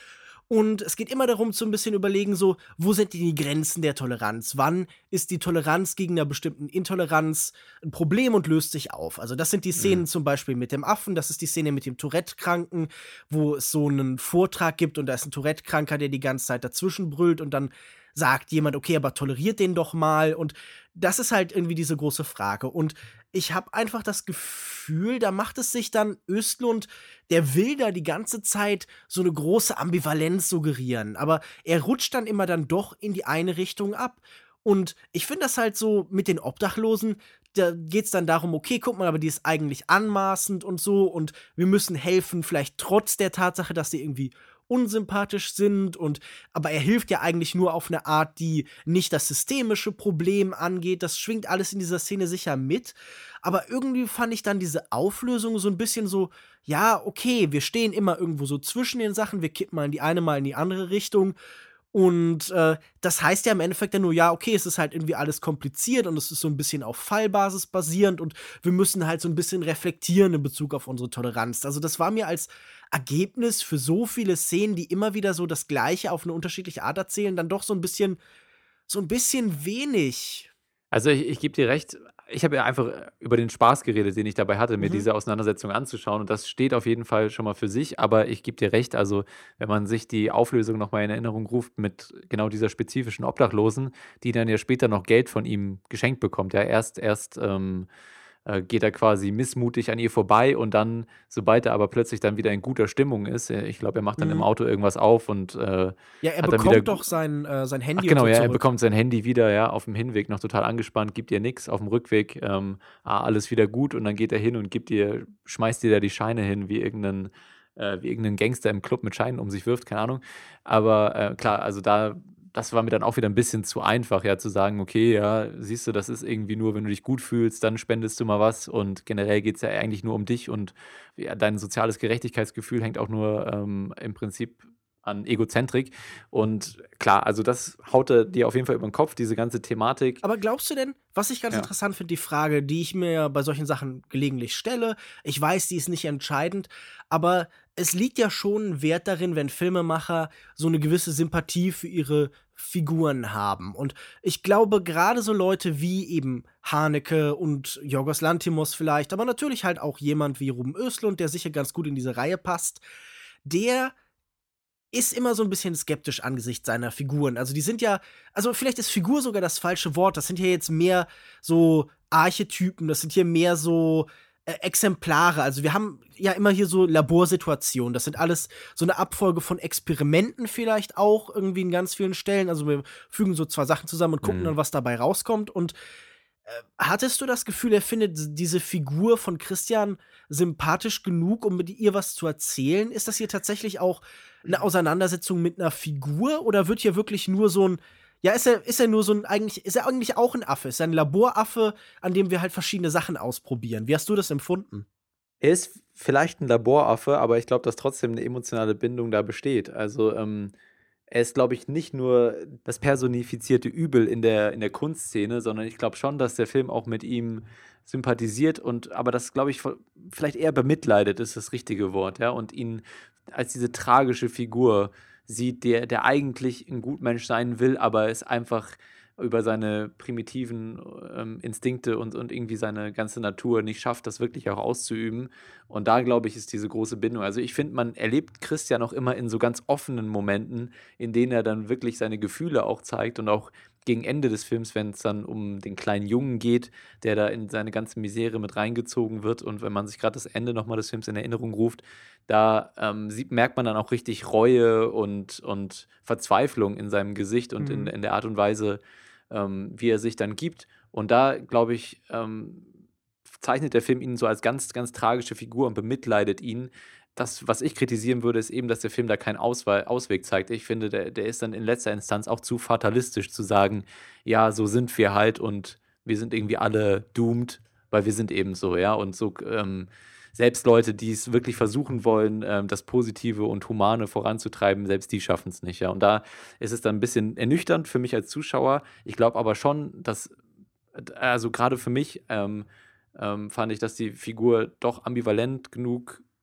Und es geht immer darum, zu ein bisschen überlegen, so, wo sind die Grenzen der Toleranz? Wann ist die Toleranz gegen einer bestimmten Intoleranz ein Problem und löst sich auf? Also, das sind die Mhm. Szenen zum Beispiel mit dem Affen, das ist die Szene mit dem Tourette-Kranken, wo es so einen Vortrag gibt und da ist ein Tourette-Kranker, der die ganze Zeit dazwischen brüllt und dann sagt jemand: „Okay, aber toleriert den doch mal.“ Und das ist halt irgendwie diese große Frage. Und ich habe einfach das Gefühl, da macht es sich dann Östlund, der will da die ganze Zeit so eine große Ambivalenz suggerieren, aber er rutscht dann immer dann doch in die eine Richtung ab. Und ich finde das halt so mit den Obdachlosen, da geht's dann darum: „Okay, guck mal, aber die ist eigentlich anmaßend und so und wir müssen helfen, vielleicht trotz der Tatsache, dass sie irgendwie unsympathisch sind und aber er hilft ja eigentlich nur auf eine Art, die nicht das systemische Problem angeht.“ Das schwingt alles in dieser Szene sicher mit, aber irgendwie fand ich dann diese Auflösung so ein bisschen so: „Ja, okay, wir stehen immer irgendwo so zwischen den Sachen, wir kippen mal in die eine, mal in die andere Richtung.“ Und, äh, das heißt ja im Endeffekt dann nur, ja, okay, es ist halt irgendwie alles kompliziert und es ist so ein bisschen auf Fallbasis basierend und wir müssen halt so ein bisschen reflektieren in Bezug auf unsere Toleranz. Also, das war mir als Ergebnis für so viele Szenen, die immer wieder so das Gleiche auf eine unterschiedliche Art erzählen, dann doch so ein bisschen so ein bisschen wenig. Also, ich ich gebe dir recht. Ich habe ja einfach, äh, über den Spaß geredet, den ich dabei hatte, mir Mhm. diese Auseinandersetzung anzuschauen und das steht auf jeden Fall schon mal für sich, aber ich gebe dir recht, also, wenn man sich die Auflösung noch mal in Erinnerung ruft mit genau dieser spezifischen Obdachlosen, die dann ja später noch Geld von ihm geschenkt bekommt. Ja, erst erst, ähm, äh, geht er quasi missmutig an ihr vorbei und dann, sobald er aber plötzlich dann wieder in guter Stimmung ist, äh, ich glaube, er macht dann im Mhm. Auto irgendwas auf und, äh, Ja, er hat dann wieder bekommt doch sein äh, sein Ach Handy und genau, so ja, er zurück. bekommt sein Handy wieder, ja, auf dem Hinweg noch total angespannt, gibt ihr nix, auf dem Rückweg, ähm, ah, alles wieder gut und dann geht er hin und gibt ihr schmeißt ihr da die Scheine hin wie irgend 'nen äh, wie irgend 'nen Gangster im Club mit Scheinen um sich wirft, keine Ahnung. Aber, äh, klar, also da das war mir dann auch wieder 'n bisschen zu einfach, ja, zu sagen: „Okay, ja, siehst du, das ist irgendwie nur, wenn du dich gut fühlst, dann spendest du mal was und generell geht's ja eigentlich nur um dich und ja, dein soziales Gerechtigkeitsgefühl hängt auch nur, ähm, im Prinzip an Egozentrik.“ Und klar, also das haut er dir auf jeden Fall über den Kopf, diese ganze Thematik. Aber glaubst du denn, was ich ganz Ja. interessant finde, die Frage, die ich mir bei solchen Sachen gelegentlich stelle, ich weiß, die ist nicht entscheidend, aber es liegt ja schon Wert darin, wenn Filmemacher so eine gewisse Sympathie für ihre Figuren haben. Und ich glaube, gerade so Leute wie eben Haneke und Yorgos Lanthimos vielleicht, aber natürlich halt auch jemand wie Ruben Östlund, der sicher ganz gut in diese Reihe passt, der ist immer so 'n bisschen skeptisch angesichts seiner Figuren. Also, die sind ja also, vielleicht ist Figur sogar das falsche Wort. Das sind ja jetzt mehr so Archetypen, das sind hier mehr so, äh, Exemplare. Also, wir haben ja immer hier so Laborsituationen. Das sind alles so 'ne Abfolge von Experimenten vielleicht auch irgendwie in ganz vielen Stellen. Also, wir fügen so zwei Sachen zusammen und gucken Mhm. dann, was dabei rauskommt. Und hattest du das Gefühl, er findet s diese Figur von Christian sympathisch genug, um mit ihr was zu erzählen? Ist das hier tatsächlich auch 'ne Auseinandersetzung mit 'ner Figur oder wird hier wirklich nur so 'n ja, ist er ist er nur so 'n eigentlich ist er eigentlich auch 'n Affe? Ist er 'n Laboraffe, an dem wir halt verschiedene Sachen ausprobieren? Wie hast du das empfunden? Er ist vielleicht 'n Laboraffe, aber ich glaube, dass trotzdem 'ne emotionale Bindung da besteht. Also, ähm, er ist, glaube ich, nicht nur das personifizierte Übel in der in der Kunstszene, sondern ich glaube schon, dass der Film auch mit ihm sympathisiert und aber das, glaube ich, vo vielleicht eher bemitleidet ist das richtige Wort, ja, und ihn als diese tragische Figur sieht, der der eigentlich 'n Gutmensch sein will, aber es einfach über seine primitiven, ähm, Instinkte und und irgendwie seine ganze Natur nicht schafft, das wirklich auch auszuüben. Und da, glaube ich, ist diese große Bindung. Also, ich finde, man erlebt Christian auch immer in so ganz offenen Momenten, in denen er dann wirklich seine Gefühle auch zeigt und auch gegen Ende des Films, wenn es dann um den kleinen Jungen geht, der da in seine ganze Misere mit reingezogen wird und wenn man sich gerade das Ende noch mal des Films in Erinnerung ruft, da, ähm, sieht merkt man dann auch richtig Reue und und Verzweiflung in seinem Gesicht und in Mhm. in der Art und Weise, ähm, wie er sich dann gibt. Und da, glaube ich, ähm, zeichnet der Film ihn so als ganz, ganz tragische Figur und bemitleidet ihn. Das, was ich kritisieren würde, ist eben, dass der Film da keinen Auswei Ausweg zeigt. Ich finde, der der ist dann in letzter Instanz auch zu fatalistisch zu sagen: „Ja, so sind wir halt und wir sind irgendwie alle doomed, weil wir sind eben so“, ja? Und so, ähm, selbst Leute, die es wirklich versuchen wollen, ähm, das Positive und Humane voranzutreiben, selbst die schaffen es nicht, ja? Und da ist es dann ein bisschen ernüchternd für mich als Zuschauer. Ich glaube aber schon, dass äh, also, gerade für mich, ähm, ähm, fand ich, dass die Figur doch ambivalent genug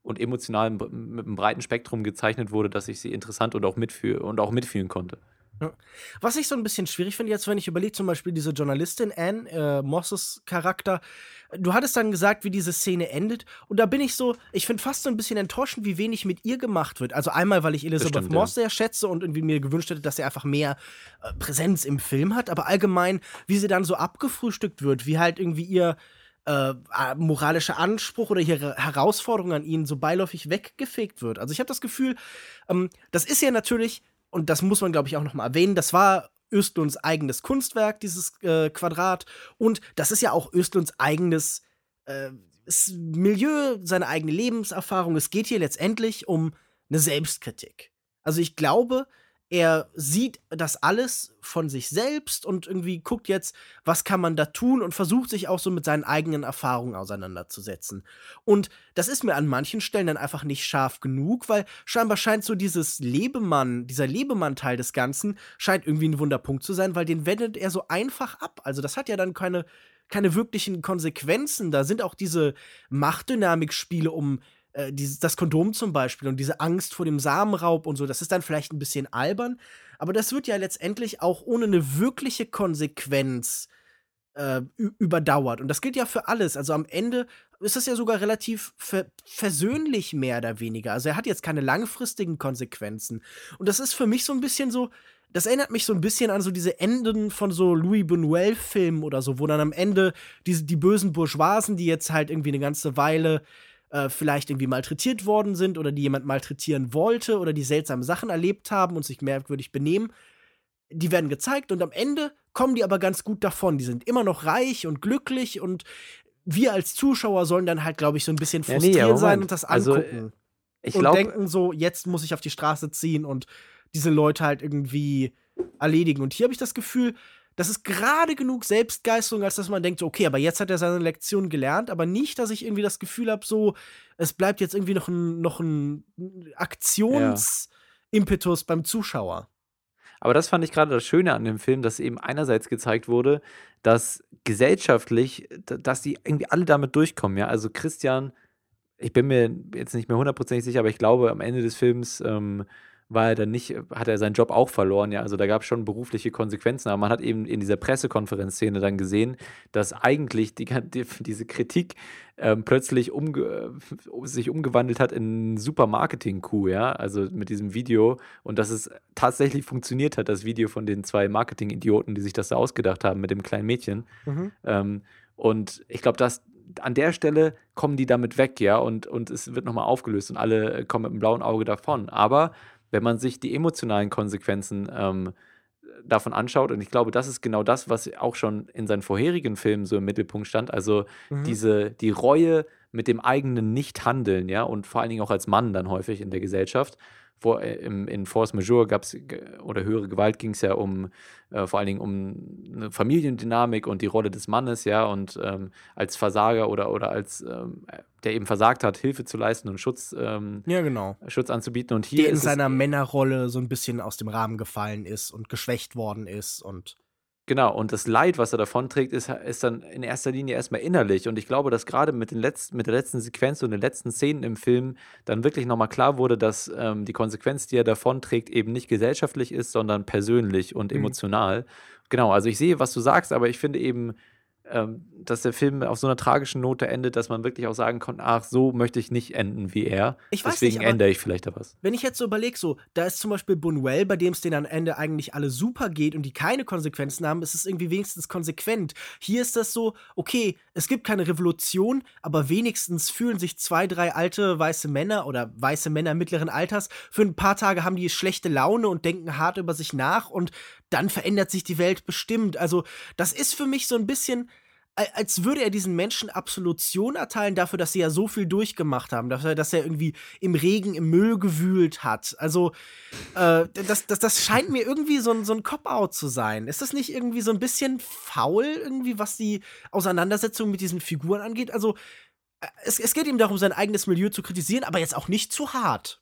und emotional mit einem breiten Spektrum gezeichnet wurde, dass ich sie interessant und auch mitfühl und auch mitfühlen konnte. Ja. Was ich so ein bisschen schwierig finde jetzt, wenn ich überlege, zum Beispiel diese Journalistin Anne, äh, Mosses Charakter. Du hattest dann gesagt, wie diese Szene endet und da bin ich so ich finde fast so ein bisschen enttäuschend, wie wenig mit ihr gemacht wird. Also, einmal, weil ich Elizabeth stimmt, Moss ja. sehr schätze und irgendwie mir gewünscht hätte, dass sie einfach mehr, äh, Präsenz im Film hat, aber allgemein, wie sie dann so abgefrühstückt wird, wie halt irgendwie ihr, äh, a moralischer Anspruch oder ihre Herausforderung an ihn so beiläufig weggefegt wird. Also, ich habe das Gefühl, ähm, das ist ja natürlich und das muss man, glaube ich, auch noch mal erwähnen, das war Östlunds eigenes Kunstwerk, dieses, äh, Quadrat. Und das ist ja auch Östlunds eigenes, äh, s Milieu, seine eigene Lebenserfahrung. Es geht hier letztendlich um eine Selbstkritik. Also, ich glaube, er sieht das alles von sich selbst und irgendwie guckt jetzt, was kann man da tun und versucht sich auch so mit seinen eigenen Erfahrungen auseinanderzusetzen. Und das ist mir an manchen Stellen dann einfach nicht scharf genug, weil scheinbar scheint so dieses Lebemann dieser Lebemann-Teil des Ganzen scheint irgendwie ein Wunderpunkt zu sein, weil den wendet er so einfach ab. Also, das hat ja dann keine keine wirklichen Konsequenzen. Da sind auch diese Machtdynamikspiele um, äh, dieses das Kondom zum Beispiel und diese Angst vor dem Samenraub und so, das ist dann vielleicht ein bisschen albern, aber das wird ja letztendlich auch ohne eine wirkliche Konsequenz äh, ü überdauert. Und das gilt ja für alles. Also, am Ende ist das ja sogar relativ ver versöhnlich mehr oder weniger. Also, er hat jetzt keine langfristigen Konsequenzen. Und das ist für mich so ein bisschen so das erinnert mich so ein bisschen an so diese Enden von so Louis Buñuel-Filmen oder so, wo dann am Ende diese die bösen Bourgeoisen, die jetzt halt irgendwie eine ganze Weile, äh, vielleicht irgendwie malträtiert worden sind oder die jemand malträtieren wollte oder die seltsame Sachen erlebt haben und sich merkwürdig benehmen, die werden gezeigt und am Ende kommen die aber ganz gut davon. Die sind immer noch reich und glücklich und wir als Zuschauer sollen dann halt, glaube ich, so ein bisschen Ja, nee, frustriert aber sein Moment. und das Also, angucken ich und glaube, denken so: „Jetzt muss ich auf die Straße ziehen und diese Leute halt irgendwie erledigen.“ Und hier habe ich das Gefühl, das ist gerade genug Selbstgeißelung, als dass man denkt so: „Okay, aber jetzt hat er seine Lektion gelernt“, aber nicht, dass ich irgendwie das Gefühl habe, so, es bleibt jetzt irgendwie noch 'n noch 'n ja. Aktionsimpetus beim Zuschauer. Aber das fand ich gerade das Schöne an dem Film, dass eben einerseits gezeigt wurde, dass gesellschaftlich d dass die irgendwie alle damit durchkommen, ja? Also, Christian, ich bin mir jetzt nicht mehr hundertprozentig sicher, aber ich glaube, am Ende des Films, ähm, war er dann nicht hat er seinen Job auch verloren, ja. Also, da gab's schon berufliche Konsequenzen, aber man hat eben in dieser Pressekonferenzszene dann gesehen, dass eigentlich die gan die diese Kritik, ähm, plötzlich umge äh, sich umgewandelt hat in 'n super Marketing-Coup, ja, also mit diesem Video und dass es tatsächlich funktioniert hat, das Video von den zwei Marketing-Idioten, die sich das da ausgedacht haben mit dem kleinen Mädchen. Mhm. Ähm, und ich glaube, dass an der Stelle kommen die damit weg, ja, und und es wird noch mal aufgelöst und alle, äh, kommen mit 'm blauen Auge davon. Aber wenn man sich die emotionalen Konsequenzen, ähm, davon anschaut und ich glaube, das ist genau das, was auch schon in seinen vorherigen Filmen so im Mittelpunkt stand, also Mhm. diese die Reue mit dem eigenen Nichthandeln, ja, und vor allen Dingen auch als Mann dann häufig in der Gesellschaft. Vor äh, im in Force Majeure gab's g oder Höhere Gewalt ging's ja um äh, vor allen Dingen um 'ne Familiendynamik und die Rolle des Mannes, ja, und, ähm, als Versager oder oder als, ähm, äh, der eben versagt hat, Hilfe zu leisten und Schutz ähm, Ja, genau. Schutz anzubieten. Und hier Der in ist es seiner e Männerrolle so 'n bisschen aus dem Rahmen gefallen ist und geschwächt worden ist und genau, und das Leid, was er davonträgt, ist ist dann in erster Linie erst mal innerlich. Und ich glaube, dass grade mit den letzten mit der letzten Sequenz und den letzten Szenen im Film dann wirklich noch mal klar wurde, dass, ähm, die Konsequenz, die er davonträgt, eben nicht gesellschaftlich ist, sondern persönlich und mhm. emotional. Genau, also ich sehe, was du sagst, aber ich finde eben, ähm, dass der Film auf so 'ner tragischen Note endet, dass man wirklich auch sagen konnte: „Ach, so möchte ich nicht enden wie er. Ich weiß Deswegen nicht, aber ändere ich vielleicht da was.“ wenn ich jetzt so überlege, so, da ist zum Beispiel Buñuel, bei dem es denen am Ende eigentlich alle super geht und die keine Konsequenzen haben, ist es irgendwie wenigstens konsequent. Hier ist das so, okay, es gibt keine Revolution, aber wenigstens fühlen sich zwei, drei alte weiße Männer oder weiße Männer mittleren Alters für ein paar Tage haben die schlechte Laune und denken hart über sich nach und dann verändert sich die Welt bestimmt. Also, das ist für mich so ein bisschen a als würde er diesen Menschen Absolution erteilen dafür, dass sie ja so viel durchgemacht haben, dafür, dass er irgendwie im Regen, im Müll gewühlt hat. Also, äh, das das das scheint mir irgendwie so 'n so 'n Cop-Out zu sein. Ist das nicht irgendwie so 'n bisschen faul irgendwie, was die Auseinandersetzung mit diesen Figuren angeht? Also, äh, es es geht ihm darum, sein eigenes Milieu zu kritisieren, aber jetzt auch nicht zu hart.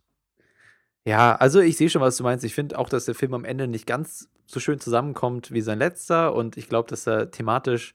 Ja, also ich sehe schon, was du meinst. Ich finde auch, dass der Film am Ende nicht ganz so schön zusammenkommt wie sein letzter und ich glaube, dass er thematisch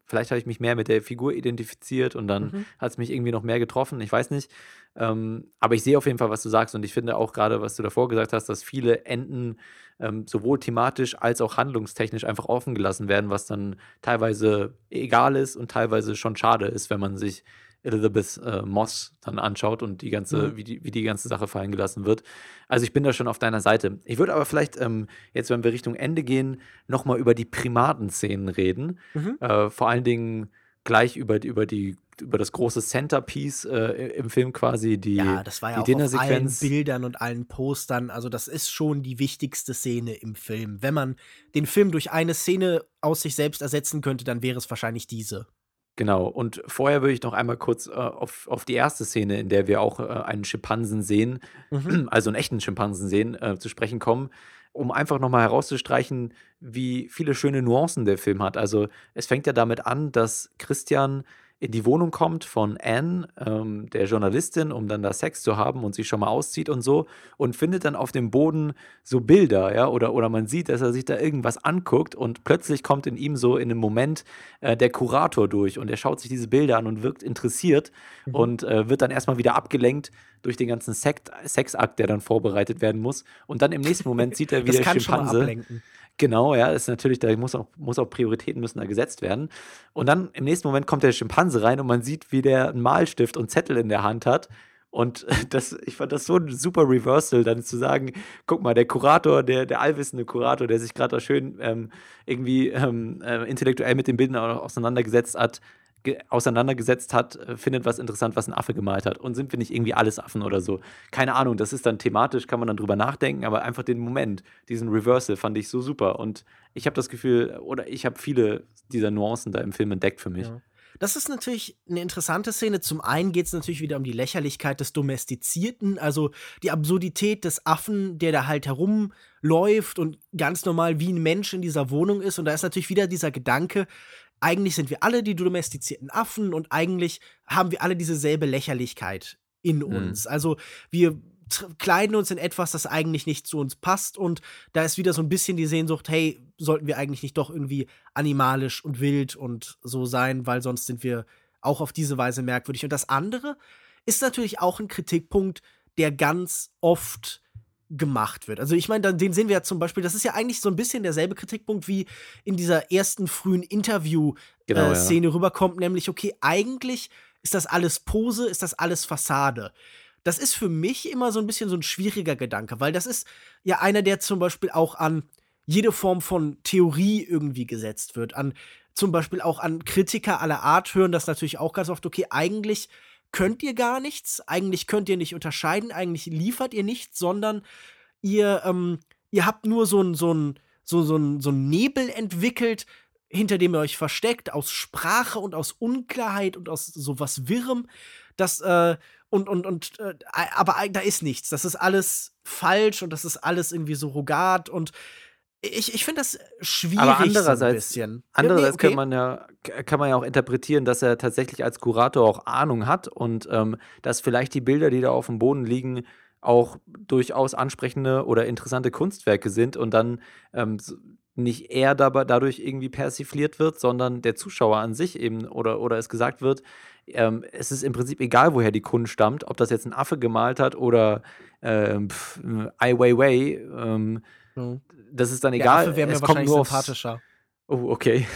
vielleicht habe ich mich mehr mit der Figur identifiziert und dann Mhm. hat es mich irgendwie noch mehr getroffen, ich weiß nicht. Ähm, aber ich sehe auf jeden Fall, was du sagst und ich finde auch gerade, was du davor gesagt hast, dass viele Enden ähm, sowohl thematisch als auch handlungstechnisch einfach offen gelassen werden, was dann teilweise egal ist und teilweise schon schade ist, wenn man sich Elizabeth äh, Moss dann anschaut und die ganze, Mhm. wie die, wie die ganze Sache fallen gelassen wird. Also ich bin da schon auf deiner Seite. Ich würde aber vielleicht ähm, jetzt, wenn wir Richtung Ende gehen, nochmal über die Primaten-Szenen reden. Mhm. Äh, vor allen Dingen gleich über, die- über, die, über das große Centerpiece äh, im Film quasi, die, Ja, das war ja die auch auf allen Dinnersequenz. Bildern und allen Postern. Also, das ist schon die wichtigste Szene im Film. Wenn man den Film durch eine Szene aus sich selbst ersetzen könnte, dann wäre es wahrscheinlich diese. Genau, und vorher würde ich noch einmal kurz äh, auf, auf die erste Szene, in der wir auch äh, einen Schimpansen sehen, Mhm. also einen echten Schimpansen sehen, äh, zu sprechen kommen, um einfach nochmal herauszustreichen, wie viele schöne Nuancen der Film hat. Also es fängt ja damit an, dass Christian in die Wohnung kommt von Anne, ähm, der Journalistin, um dann da Sex zu haben und sich schon mal auszieht und so und findet dann auf dem Boden so Bilder, ja, oder, oder man sieht, dass er sich da irgendwas anguckt und plötzlich kommt in ihm so in einem Moment äh, der Kurator durch und er schaut sich diese Bilder an und wirkt interessiert Mhm. und äh, wird dann erstmal wieder abgelenkt durch den ganzen Sekt Sexakt, der dann vorbereitet werden muss. Und dann im nächsten Moment sieht er, wie Das der kann schon mal Schimpanse. ablenken. Genau, ja, ist natürlich, da muss auch, muss auch Prioritäten müssen da gesetzt werden. Und dann im nächsten Moment kommt der Schimpanse rein und man sieht, wie der einen Malstift und Zettel in der Hand hat. Und das, ich fand das so ein super Reversal, dann zu sagen, guck mal, der Kurator, der, der allwissende Kurator, der sich gerade da schön ähm, irgendwie ähm, äh, intellektuell mit den Bildern au- auseinandergesetzt hat, ge auseinandergesetzt hat, äh, findet was interessant, was ein Affe gemalt hat. Und sind wir nicht irgendwie alles Affen oder so? Keine Ahnung, das ist dann thematisch, kann man dann drüber nachdenken, aber einfach den Moment, diesen Reversal fand ich so super. Und ich habe das Gefühl, oder ich habe viele dieser Nuancen da im Film entdeckt für mich. Ja. Das ist natürlich eine interessante Szene. Zum einen geht es natürlich wieder um die Lächerlichkeit des Domestizierten, also die Absurdität des Affen, der da halt herumläuft und ganz normal wie ein Mensch in dieser Wohnung ist. Und da ist natürlich wieder dieser Gedanke, eigentlich sind wir alle die domestizierten Affen und eigentlich haben wir alle dieselbe Lächerlichkeit in Mhm. uns. Also, wir tr kleiden uns in etwas, das eigentlich nicht zu uns passt und da ist wieder so ein bisschen die Sehnsucht: „Hey, sollten wir eigentlich nicht doch irgendwie animalisch und wild und so sein, weil sonst sind wir auch auf diese Weise merkwürdig." Und das andere ist natürlich auch ein Kritikpunkt, der ganz oft gemacht wird. Also, ich meine, den sehen wir ja zum Beispiel, das ist ja eigentlich so ein bisschen derselbe Kritikpunkt, wie in dieser ersten frühen Interview Genau, äh, ja. Szene rüberkommt, nämlich: „Okay, eigentlich ist das alles Pose, ist das alles Fassade." Das ist für mich immer so ein bisschen so ein schwieriger Gedanke, weil das ist ja einer, der zum Beispiel auch an jede Form von Theorie irgendwie gesetzt wird, an zum Beispiel auch an Kritiker aller Art hören das natürlich auch ganz oft: „Okay, eigentlich könnt ihr gar nichts, eigentlich könnt ihr nicht unterscheiden, eigentlich liefert ihr nichts, sondern ihr, ähm ihr habt nur so 'n so 'n so so 'n so 'n Nebel entwickelt, hinter dem ihr euch versteckt, aus Sprache und aus Unklarheit und aus so was Wirrem, das, äh und und und, äh, a aber ei da ist nichts. Das ist alles falsch und das ist alles irgendwie surrogat und ich ich finde das Aber schwierig so 'n andererseits bisschen. Ja, ne, andererseits kann okay. man ja k kann man ja auch interpretieren, dass er tatsächlich als Kurator auch Ahnung hat und, ähm, dass vielleicht die Bilder, die da auf dem Boden liegen, auch durchaus ansprechende oder interessante Kunstwerke sind und dann, ähm, s nicht er dabei dadurch irgendwie persifliert wird, sondern der Zuschauer an sich eben oder oder es gesagt wird, ähm, es ist im Prinzip egal, woher die Kunst stammt, ob das jetzt ein Affe gemalt hat oder, ähm, Ai Weiwei, ähm, Mhm. das ist dann Der egal. Affe wäre mir Es kommt wahrscheinlich nur aufs sympathischer. Oh, okay.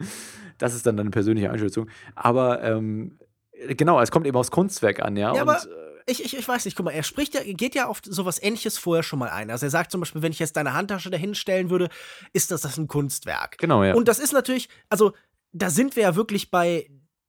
Das ist dann deine persönliche Einschätzung. Aber, ähm, genau, es kommt eben aufs Kunstwerk an, ja, Ja, aber und, äh ich ich ich weiß nicht, guck mal, er spricht ja geht ja auf so was Ähnliches vorher schon mal ein. Also, er sagt zum Beispiel: „Wenn ich jetzt deine Handtasche da hinstellen würde, ist das das 'n Kunstwerk." genau, ja. Und das ist natürlich, also, da sind wir ja wirklich bei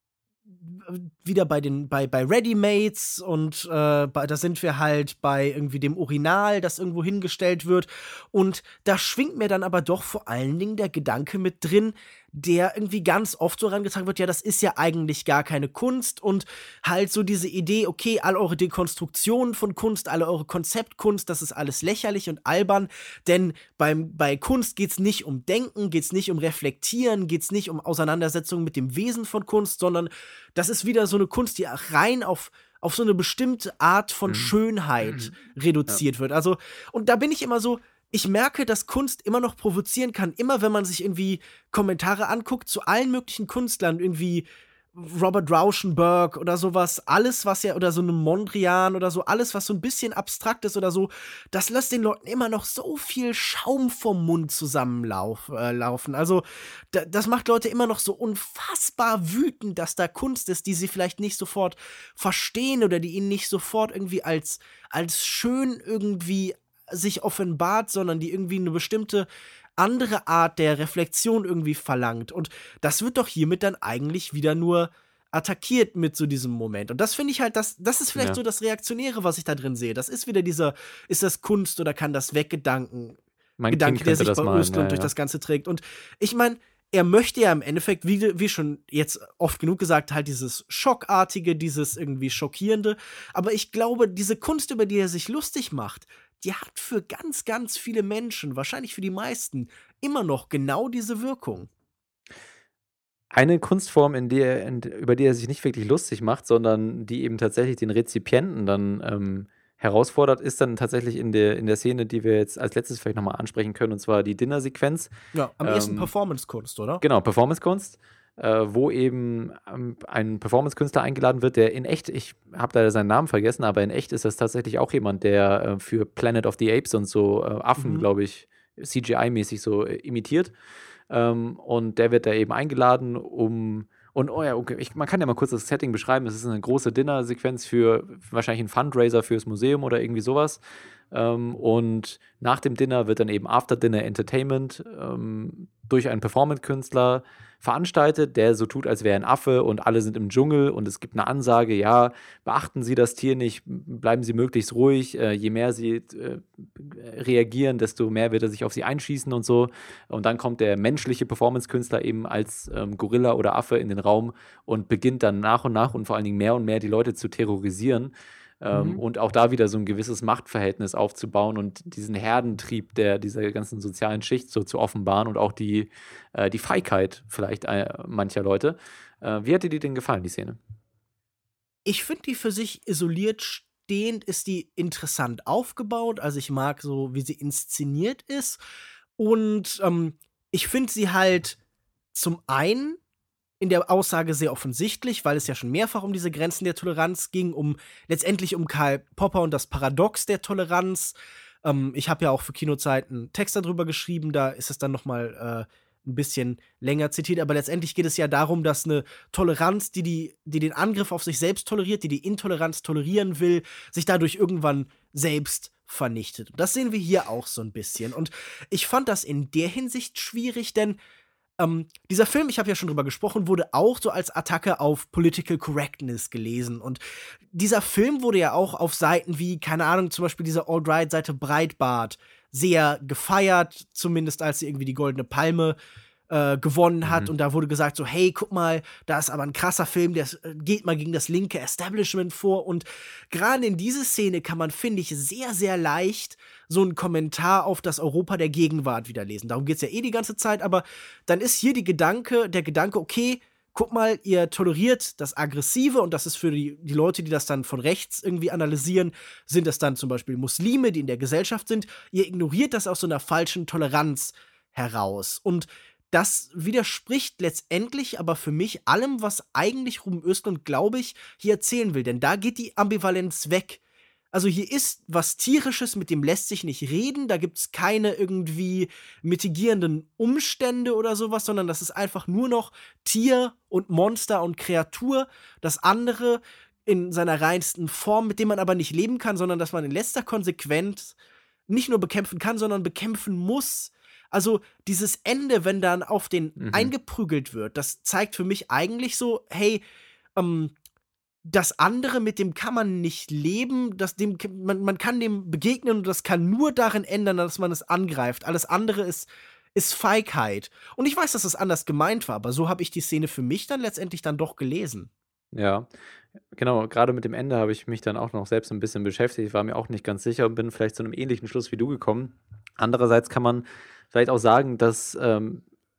wieder bei den bei bei Readymates und, äh, bei da sind wir halt bei irgendwie dem Urinal, das irgendwo hingestellt wird. Und da schwingt mir dann aber doch vor allen Dingen der Gedanke mit drin, der irgendwie ganz oft so herangetragen wird: „Ja, das ist ja eigentlich gar keine Kunst." Und halt so diese Idee: „Okay, all eure Dekonstruktionen von Kunst, alle eure Konzeptkunst, das ist alles lächerlich und albern, denn beim bei Kunst geht's nicht um Denken, geht's nicht um Reflektieren, geht's nicht um Auseinandersetzung mit dem Wesen von Kunst, sondern das ist wieder so eine Kunst, die rein auf auf so eine bestimmte Art von Mhm. Schönheit Ja. reduziert wird." Also, und da bin ich immer so, ich merke, dass Kunst immer noch provozieren kann. Immer wenn man sich irgendwie Kommentare anguckt zu allen möglichen Künstlern, irgendwie Robert Rauschenberg oder sowas, alles, was ja, oder so einem Mondrian oder so, alles, was so ein bisschen abstrakt ist oder so, das lässt den Leuten immer noch so viel Schaum vom Mund zusammenlaufen. Äh, laufen. Also, da, das macht Leute immer noch so unfassbar wütend, dass da Kunst ist, die sie vielleicht nicht sofort verstehen oder die ihnen nicht sofort irgendwie als, als schön irgendwie sich offenbart, sondern die irgendwie eine bestimmte andere Art der Reflexion irgendwie verlangt. Und das wird doch hiermit dann eigentlich wieder nur attackiert mit so diesem Moment. Und das finde ich halt, das, das ist vielleicht Ja. so das Reaktionäre, was ich da drin sehe. Das ist wieder dieser, ist das Kunst oder kann das Weggedanken, Mein Gedanke, Kind der könnte sich das bei malen, Östlund ja, durch ja. das Ganze trägt. Und ich meine, er möchte ja im Endeffekt, wie, wie schon jetzt oft genug gesagt, halt dieses Schockartige, dieses irgendwie Schockierende. Aber ich glaube, diese Kunst, über die er sich lustig macht, die hat für ganz, ganz viele Menschen, wahrscheinlich für die meisten, immer noch genau diese Wirkung. Eine Kunstform, in der in über die er sich nicht wirklich lustig macht, sondern die eben tatsächlich den Rezipienten dann, ähm, herausfordert, ist dann tatsächlich in der in der Szene, die wir jetzt als Letztes vielleicht noch mal ansprechen können, und zwar die Dinnersequenz. Ja, am ehesten Ähm, Performance-Kunst, oder? genau, Performancekunst, äh, wo eben, ähm, ein Performancekünstler eingeladen wird, der in echt, ich habe leider seinen Namen vergessen, aber in echt ist das tatsächlich auch jemand, der, äh, für Planet of the Apes und so, äh, Affen, Mhm. glaube ich, C G I-mäßig so, äh, imitiert. Ähm, und der wird da eben eingeladen, um und oh ja, okay, ich man kann ja mal kurz das Setting beschreiben. Es ist eine große Dinnersequenz für wahrscheinlich 'n Fundraiser fürs Museum oder irgendwie sowas. Ähm, und nach dem Dinner wird dann eben After Dinner Entertainment, ähm, durch einen Performance-Künstler veranstaltet, der so tut, als wäre er 'n Affe und alle sind im Dschungel und es gibt eine Ansage: „Ja, beachten Sie das Tier nicht, bleiben Sie möglichst ruhig. Äh, je mehr Sie, äh, reagieren, desto mehr wird er sich auf Sie einschießen“ und so. Und dann kommt der menschliche Performance-Künstler eben als, ähm, Gorilla oder Affe in den Raum und beginnt dann nach und nach und vor allen Dingen mehr und mehr die Leute zu terrorisieren, ähm, Mhm. und auch da wieder so ein gewisses Machtverhältnis aufzubauen und diesen Herdentrieb der dieser ganzen sozialen Schicht so zu offenbaren und auch die äh, die Feigheit vielleicht, äh, mancher Leute. Äh, wie hat dir die denn gefallen, die Szene? Ich finde die für sich isoliert stehend ist die interessant aufgebaut. Also, ich mag so, wie sie inszeniert ist. Und, ähm, ich finde sie halt zum einen in der Aussage sehr offensichtlich, weil es ja schon mehrfach um diese Grenzen der Toleranz ging, um letztendlich um Karl Popper und das Paradox der Toleranz. Ähm, ich habe ja auch für Kinozeiten 'n Text darüber geschrieben, da ist es dann noch mal, äh, 'n bisschen länger zitiert, aber letztendlich geht es ja darum, dass eine Toleranz, die die die den Angriff auf sich selbst toleriert, die die Intoleranz tolerieren will, sich dadurch irgendwann selbst vernichtet. Und das sehen wir hier auch so ein bisschen. Und ich fand das in der Hinsicht schwierig, denn ähm, dieser Film, ich habe ja schon drüber gesprochen, wurde auch so als Attacke auf Political Correctness gelesen. Und dieser Film wurde ja auch auf Seiten wie, keine Ahnung, zum Beispiel diese Alt-Right-Seite Breitbart sehr gefeiert, zumindest als sie irgendwie die Goldene Palme äh, gewonnen hat. Mhm. Und da wurde gesagt so, hey, guck mal, da ist aber ein krasser Film, der äh, geht mal gegen das linke Establishment vor. Und gerade in diese Szene kann man, finde ich, sehr, sehr leicht so einen Kommentar auf das Europa der Gegenwart wieder lesen. Darum geht's ja eh die ganze Zeit, aber dann ist hier die Gedanke, der Gedanke, okay, guck mal, ihr toleriert das Aggressive und das ist für die, die Leute, die das dann von rechts irgendwie analysieren, sind das dann zum Beispiel Muslime, die in der Gesellschaft sind. Ihr ignoriert das aus so einer falschen Toleranz heraus. Und das widerspricht letztendlich aber für mich allem, was eigentlich Ruben Östlund, glaube ich, hier erzählen will. Denn da geht die Ambivalenz weg. Also hier ist was Tierisches, mit dem lässt sich nicht reden. Da gibt's keine irgendwie mitigierenden Umstände oder sowas, sondern das ist einfach nur noch Tier und Monster und Kreatur. Das andere in seiner reinsten Form, mit dem man aber nicht leben kann, sondern dass man in letzter Konsequenz nicht nur bekämpfen kann, sondern bekämpfen muss. Also dieses Ende, wenn dann auf den Mhm. eingeprügelt wird, das zeigt für mich eigentlich so, hey, ähm, das andere, mit dem kann man nicht leben, das dem man man kann dem begegnen und das kann nur darin ändern, dass man es angreift. Alles andere ist ist Feigheit. Und ich weiß, dass es anders gemeint war, aber so habe ich die Szene für mich dann letztendlich dann doch gelesen. Ja, genau. Gerade mit dem Ende habe ich mich dann auch noch selbst ein bisschen beschäftigt. Ich war mir auch nicht ganz sicher und bin vielleicht zu einem ähnlichen Schluss wie du gekommen. Andererseits kann man vielleicht auch sagen, dass, ähm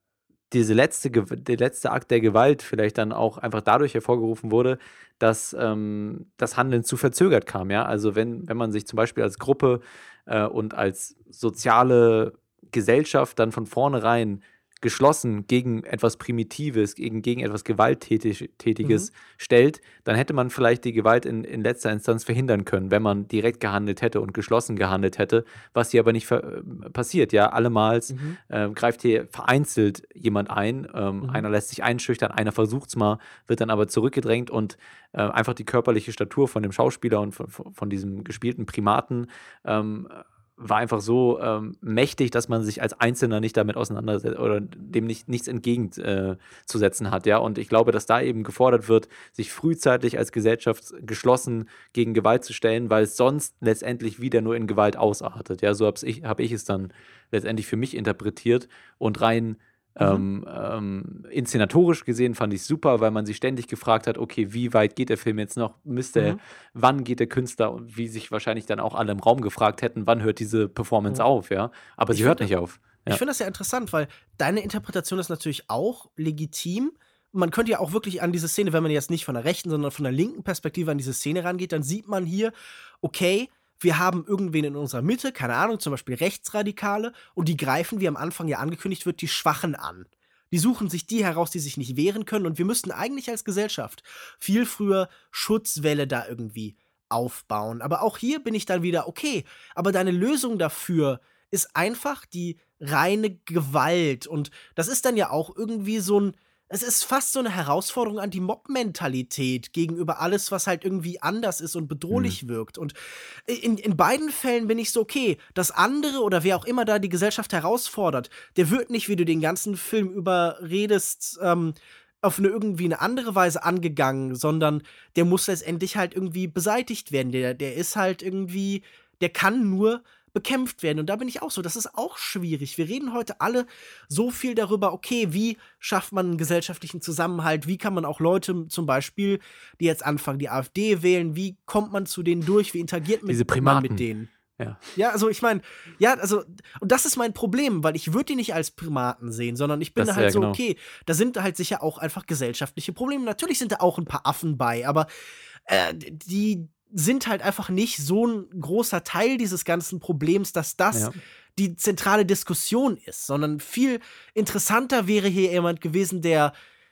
diese letzte, Gew- der letzte Akt der Gewalt vielleicht dann auch einfach dadurch hervorgerufen wurde, dass ähm, das Handeln zu verzögert kam, ja. Also wenn, wenn man sich zum Beispiel als Gruppe äh, und als soziale Gesellschaft dann von vornherein geschlossen gegen etwas Primitives, gegen, gegen etwas Gewalttätiges Mhm. stellt, dann hätte man vielleicht die Gewalt in, in letzter Instanz verhindern können, wenn man direkt gehandelt hätte und geschlossen gehandelt hätte, was hier aber nicht ver- äh, passiert. Ja, allemals Mhm. äh, greift hier vereinzelt jemand ein, ähm, Mhm. einer lässt sich einschüchtern, einer versucht es mal, wird dann aber zurückgedrängt und äh, einfach die körperliche Statur von dem Schauspieler und von, von von diesem gespielten Primaten ähm, war einfach so ähm, mächtig, dass man sich als Einzelner nicht damit auseinandersetzt oder dem nicht, nichts entgegenzusetzen äh, zu setzen hat, ja. Und ich glaube, dass da eben gefordert wird, sich frühzeitig als Gesellschaft geschlossen gegen Gewalt zu stellen, weil es sonst letztendlich wieder nur in Gewalt ausartet. Ja, so habe ich, hab ich es dann letztendlich für mich interpretiert und rein Mhm. ähm, ähm, inszenatorisch gesehen fand ich es super, weil man sich ständig gefragt hat, okay, wie weit geht der Film jetzt noch? Müsste er, Mhm. wann geht der Künstler und wie sich wahrscheinlich dann auch alle im Raum gefragt hätten, wann hört diese Performance Mhm. auf, ja? Aber Ich sie hört finde nicht auf. Ich Ja. finde das ja interessant, weil deine Interpretation ist natürlich auch legitim. Man könnte ja auch wirklich an diese Szene, wenn man jetzt nicht von der rechten, sondern von der linken Perspektive an diese Szene rangeht, dann sieht man hier, okay, wir haben irgendwen in unserer Mitte, keine Ahnung, zum Beispiel Rechtsradikale, und die greifen, wie am Anfang ja angekündigt wird, die Schwachen an. Die suchen sich die heraus, die sich nicht wehren können, und wir müssten eigentlich als Gesellschaft viel früher Schutzwälle da irgendwie aufbauen. Aber auch hier bin ich dann wieder, okay, aber deine Lösung dafür ist einfach die reine Gewalt. Und das ist dann ja auch irgendwie so ein es ist fast so eine Herausforderung an die Mob-Mentalität gegenüber alles, was halt irgendwie anders ist und Hm. bedrohlich wirkt. Und in in beiden Fällen bin ich so: „Okay, das andere oder wer auch immer da die Gesellschaft herausfordert, der wird nicht, wie du den ganzen Film über redest, ähm, auf 'ne irgendwie 'ne andere Weise angegangen, sondern der muss letztendlich halt irgendwie beseitigt werden. Der der ist halt irgendwie der kann nur bekämpft werden. Und da bin ich auch so, das ist auch schwierig. Wir reden heute alle so viel darüber, okay, wie schafft man 'n gesellschaftlichen Zusammenhalt? Wie kann man auch Leute m zum Beispiel, die jetzt anfangen, die AfD wählen, wie kommt man zu denen durch? Wie interagiert mit Diese man mit Primaten. denen? Ja. Ja, also ich meine, ja, also und das ist mein Problem, weil ich würde die nicht als Primaten sehen, sondern ich bin da Das, halt ja, so, genau. okay, da sind halt sicher auch einfach gesellschaftliche Probleme. Natürlich sind da auch 'n paar Affen bei, aber äh, d die sind halt einfach nicht so 'n großer Teil dieses ganzen Problems, dass das Ja. die zentrale Diskussion ist, sondern viel interessanter wäre hier jemand gewesen, der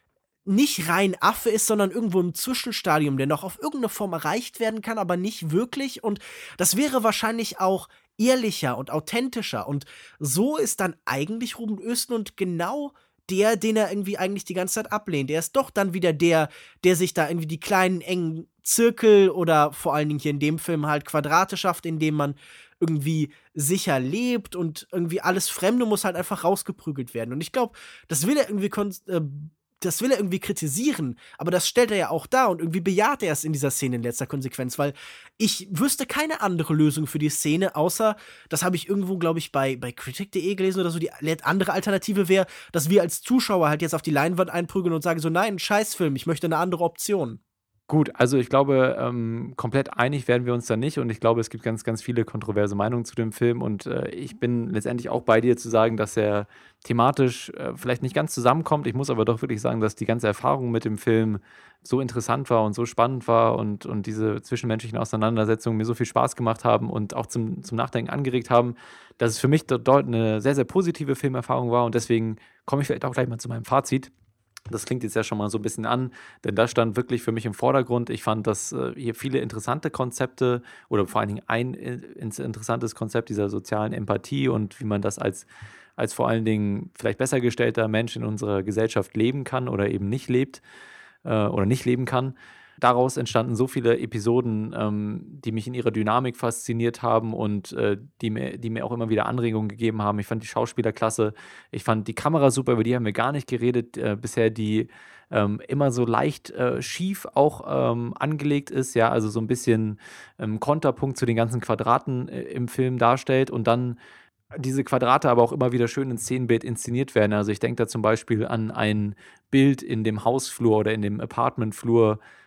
nicht rein Affe ist, sondern irgendwo im Zwischenstadium, der noch auf irgendeine Form erreicht werden kann, aber nicht wirklich. Und das wäre wahrscheinlich auch ehrlicher und authentischer. Und so ist dann eigentlich Ruben Östlund genau der, den er irgendwie eigentlich die ganze Zeit ablehnt. Er ist doch dann wieder der, der sich da irgendwie die kleinen engen Zirkel oder vor allen Dingen hier in dem Film halt Quadrate schafft, in dem man irgendwie sicher lebt, und irgendwie alles Fremde muss halt einfach rausgeprügelt werden. Und ich glaube, das will er irgendwie kon äh, das will er irgendwie kritisieren, aber das stellt er ja auch dar, und irgendwie bejaht er es in dieser Szene in letzter Konsequenz, weil ich wüsste keine andere Lösung für die Szene, außer, das habe ich irgendwo, glaube ich, bei, bei critic punkt de gelesen oder so, die andere Alternative wäre, dass wir als Zuschauer halt jetzt auf die Leinwand einprügeln und sagen so, nein, Scheißfilm, ich möchte eine andere Option. Gut, also ich glaube, ähm, komplett einig werden wir uns da nicht und ich glaube, es gibt ganz, ganz viele kontroverse Meinungen zu dem Film und äh, ich bin letztendlich auch bei dir zu sagen, dass er thematisch äh, vielleicht nicht ganz zusammenkommt. Ich muss aber doch wirklich sagen, dass die ganze Erfahrung mit dem Film so interessant war und so spannend war und, und diese zwischenmenschlichen Auseinandersetzungen mir so viel Spaß gemacht haben und auch zum, zum Nachdenken angeregt haben, dass es für mich dort, dort eine sehr, sehr positive Filmerfahrung war und deswegen komme ich vielleicht auch gleich mal zu meinem Fazit. Das klingt jetzt ja schon mal so ein bisschen an, denn das stand wirklich für mich im Vordergrund. Ich fand, dass äh, hier viele interessante Konzepte oder vor allen Dingen ein äh, ins- interessantes Konzept dieser sozialen Empathie und wie man das als, als vor allen Dingen vielleicht besser gestellter Mensch in unserer Gesellschaft leben kann oder eben nicht lebt äh, oder nicht leben kann. Daraus entstanden so viele Episoden, ähm, die mich in ihrer Dynamik fasziniert haben und äh, die, mir, die mir auch immer wieder Anregungen gegeben haben. Ich fand die Schauspieler klasse. Ich fand die Kamera super, über die haben wir gar nicht geredet äh, bisher, die ähm, immer so leicht äh, schief auch ähm, angelegt ist, ja, also so ein bisschen ähm, Konterpunkt zu den ganzen Quadraten äh, im Film darstellt und dann diese Quadrate aber auch immer wieder schön ins Szenenbild inszeniert werden. Also ich denke da zum Beispiel an ein Bild in dem Hausflur oder in dem Apartmentflur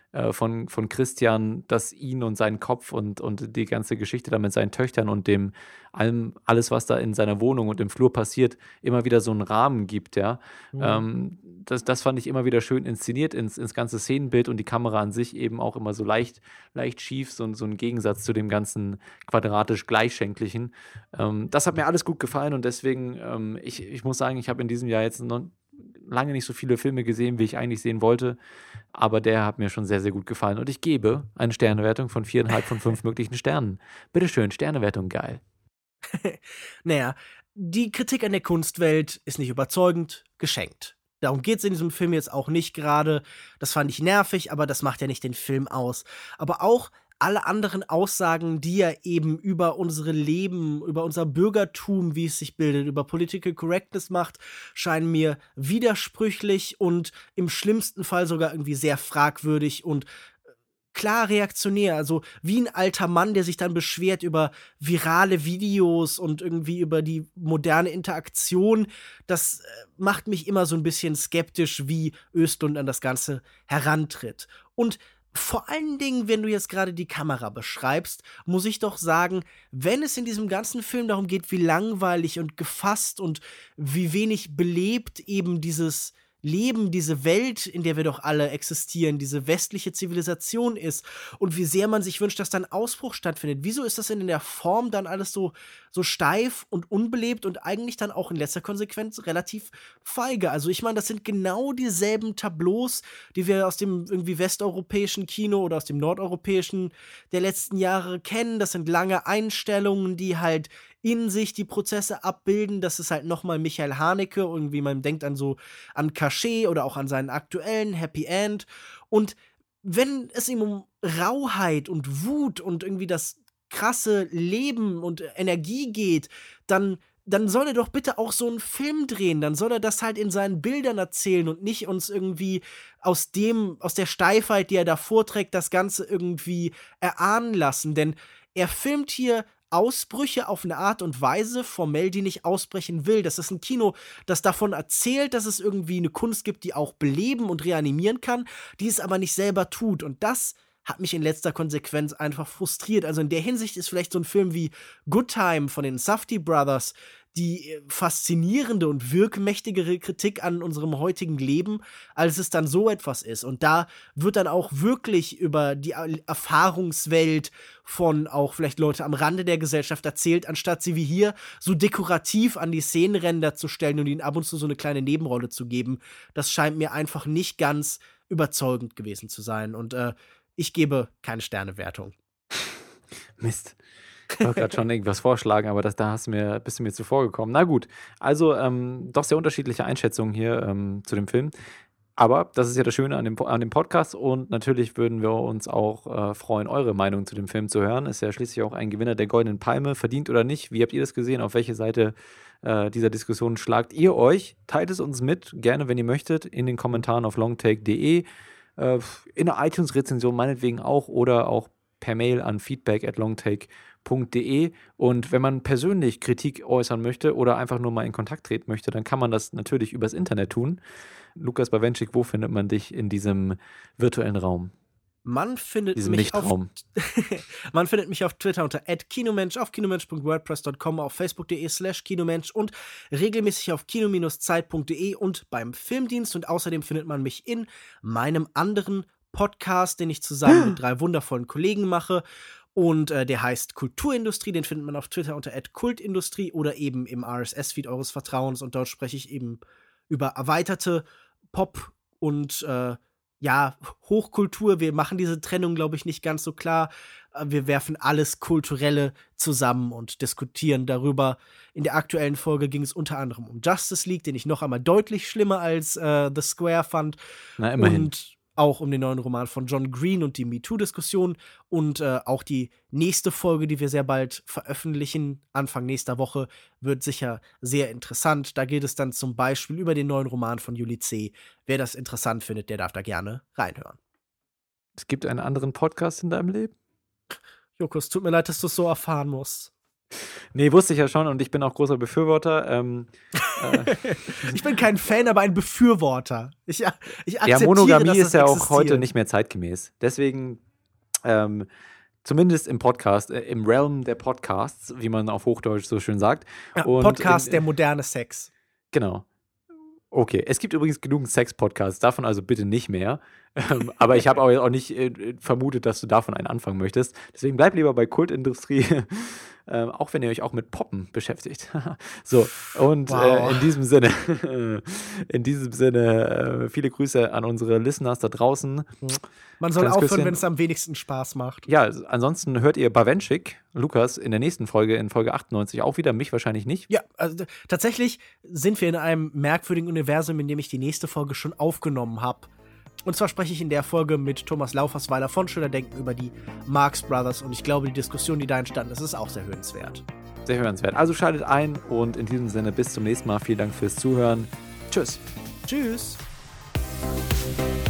äh, von, von Christian, das ihn und seinen Kopf und, und die ganze Geschichte da mit seinen Töchtern und dem allem, alles, was da in seiner Wohnung und im Flur passiert, immer wieder so einen Rahmen gibt, ja. Mhm. Ähm, das, das fand ich immer wieder schön inszeniert ins, ins ganze Szenenbild und die Kamera an sich eben auch immer so leicht, leicht schief, so, so ein Gegensatz zu dem ganzen quadratisch gleichschenklichen. Ähm, das hat mir alles gut gefallen und deswegen, ähm, ich, ich muss sagen, ich habe in diesem Jahr jetzt noch lange nicht so viele Filme gesehen, wie ich eigentlich sehen wollte, aber der hat mir schon sehr, sehr gut gefallen und ich gebe eine Sternewertung von viereinhalb von fünf möglichen Sternen. Bitteschön, Sternewertung, geil. Naja, die Kritik an der Kunstwelt ist nicht überzeugend, geschenkt. Darum geht es in diesem Film jetzt auch nicht gerade. Das fand ich nervig, aber das macht ja nicht den Film aus. Aber auch alle anderen Aussagen, die er eben über unsere Leben, über unser Bürgertum, wie es sich bildet, über Political Correctness macht, scheinen mir widersprüchlich und im schlimmsten Fall sogar irgendwie sehr fragwürdig und klar reaktionär, also wie ein alter Mann, der sich dann beschwert über virale Videos und irgendwie über die moderne Interaktion. Das äh, macht mich immer so ein bisschen skeptisch, wie Östlund an das Ganze herantritt. Und vor allen Dingen, wenn du jetzt gerade die Kamera beschreibst, muss ich doch sagen, wenn es in diesem ganzen Film darum geht, wie langweilig und gefasst und wie wenig belebt eben dieses Leben, diese Welt, in der wir doch alle existieren, diese westliche Zivilisation ist und wie sehr man sich wünscht, dass da ein Ausbruch stattfindet. Wieso ist das denn in der Form dann alles so, so steif und unbelebt und eigentlich dann auch in letzter Konsequenz relativ feige? Also ich meine, das sind genau dieselben Tableaus, die wir aus dem irgendwie westeuropäischen Kino oder aus dem nordeuropäischen der letzten Jahre kennen. Das sind lange Einstellungen, die halt in sich die Prozesse abbilden. Das ist halt nochmal Michael Haneke, irgendwie man denkt an so an Cachet oder auch an seinen aktuellen Happy End. Und wenn es ihm um Rauheit und Wut und irgendwie das krasse Leben und Energie geht, dann dann soll er doch bitte auch so einen Film drehen. Dann soll er das halt in seinen Bildern erzählen und nicht uns irgendwie aus dem, aus der Steifheit, die er da vorträgt, das Ganze irgendwie erahnen lassen. Denn er filmt hier Ausbrüche auf eine Art und Weise formell, die nicht ausbrechen will. Das ist ein Kino, das davon erzählt, dass es irgendwie eine Kunst gibt, die auch beleben und reanimieren kann, die es aber nicht selber tut. Und das hat mich in letzter Konsequenz einfach frustriert. Also in der Hinsicht ist vielleicht so ein Film wie Good Time von den Safdie Brothers die faszinierende und wirkmächtigere Kritik an unserem heutigen Leben, als es dann so etwas ist. Und da wird dann auch wirklich über die Erfahrungswelt von auch vielleicht Leute am Rande der Gesellschaft erzählt, anstatt sie wie hier so dekorativ an die Szenenränder zu stellen und ihnen ab und zu so eine kleine Nebenrolle zu geben. Das scheint mir einfach nicht ganz überzeugend gewesen zu sein. Und äh, ich gebe keine Sternewertung. Mist. Ich wollte gerade schon irgendwas vorschlagen, aber das, da hast du mir, bist du mir zuvor gekommen. Na gut, also ähm, doch sehr unterschiedliche Einschätzungen hier ähm, zu dem Film. Aber das ist ja das Schöne an dem, an dem Podcast und natürlich würden wir uns auch äh, freuen, eure Meinung zu dem Film zu hören. Ist ja schließlich auch ein Gewinner der Goldenen Palme, verdient oder nicht. Wie habt ihr das gesehen? Auf welche Seite äh, dieser Diskussion schlagt ihr euch? Teilt es uns mit, gerne, wenn ihr möchtet, in den Kommentaren auf longtake punkt de, äh, in der iTunes-Rezension meinetwegen auch oder auch per Mail an feedback at longtake punkt de. Und wenn man persönlich Kritik äußern möchte oder einfach nur mal in Kontakt treten möchte, dann kann man das natürlich übers Internet tun. Lukas Bawenschik, wo findet man dich in diesem virtuellen Raum? Man findet, Diesem mich auf, man findet mich auf Twitter unter at kinomensch, auf kinomensch punkt wordpress punkt com, auf facebook punkt de slash kinomensch und regelmäßig auf kino Zeit punkt de und beim Filmdienst. Und außerdem findet man mich in meinem anderen Podcast, den ich zusammen mit drei wundervollen Kollegen mache. Und äh, der heißt Kulturindustrie, den findet man auf Twitter unter at kultindustrie oder eben im R S S-Feed eures Vertrauens. Und dort spreche ich eben über erweiterte Pop- und äh, ja, Hochkultur. Wir machen diese Trennung, glaube ich, nicht ganz so klar. Wir werfen alles Kulturelle zusammen und diskutieren darüber. In der aktuellen Folge ging es unter anderem um Justice League, den ich noch einmal deutlich schlimmer als äh, The Square fand. Na, immerhin. Und auch um den neuen Roman von John Green und die MeToo-Diskussion und äh, auch die nächste Folge, die wir sehr bald veröffentlichen, Anfang nächster Woche, wird sicher sehr interessant. Da geht es dann zum Beispiel über den neuen Roman von Juli C. Wer das interessant findet, der darf da gerne reinhören. Es gibt einen anderen Podcast in deinem Leben? Jokos, tut mir leid, dass du es so erfahren musst. Nee, wusste ich ja schon und ich bin auch großer Befürworter. Ähm, äh, ich bin kein Fan, aber ein Befürworter. Ich, ich akzeptiere, ja, Monogamie dass das ist ja auch existiert. heute nicht mehr zeitgemäß. Deswegen, ähm, zumindest im Podcast, äh, im Realm der Podcasts, wie man auf Hochdeutsch so schön sagt. Ja, und Podcast, in, der moderne Sex. Genau. Okay, es gibt übrigens genug Sex-Podcasts, davon also bitte nicht mehr. Ähm, aber ich habe auch nicht äh, vermutet, dass du davon einen anfangen möchtest. Deswegen bleib lieber bei Kultindustrie, ähm, auch wenn ihr euch auch mit Poppen beschäftigt. So, und Wow. äh, in diesem Sinne, in diesem Sinne, äh, viele Grüße an unsere Listeners da draußen. Man soll Kleines aufhören, Küsschen. wenn es am wenigsten Spaß macht. Ja, ansonsten hört ihr Bawenschik, Lukas, in der nächsten Folge, in Folge achtundneunzig auch wieder, mich wahrscheinlich nicht. Ja, also t- tatsächlich sind wir in einem merkwürdigen Universum, in dem ich die nächste Folge schon aufgenommen habe. Und zwar spreche ich in der Folge mit Thomas Laufersweiler von Schöner Denken über die Marx Brothers und ich glaube, die Diskussion, die da entstanden ist, ist auch sehr hörenswert. Sehr hörenswert. Also schaltet ein und in diesem Sinne bis zum nächsten Mal. Vielen Dank fürs Zuhören. Tschüss. Tschüss.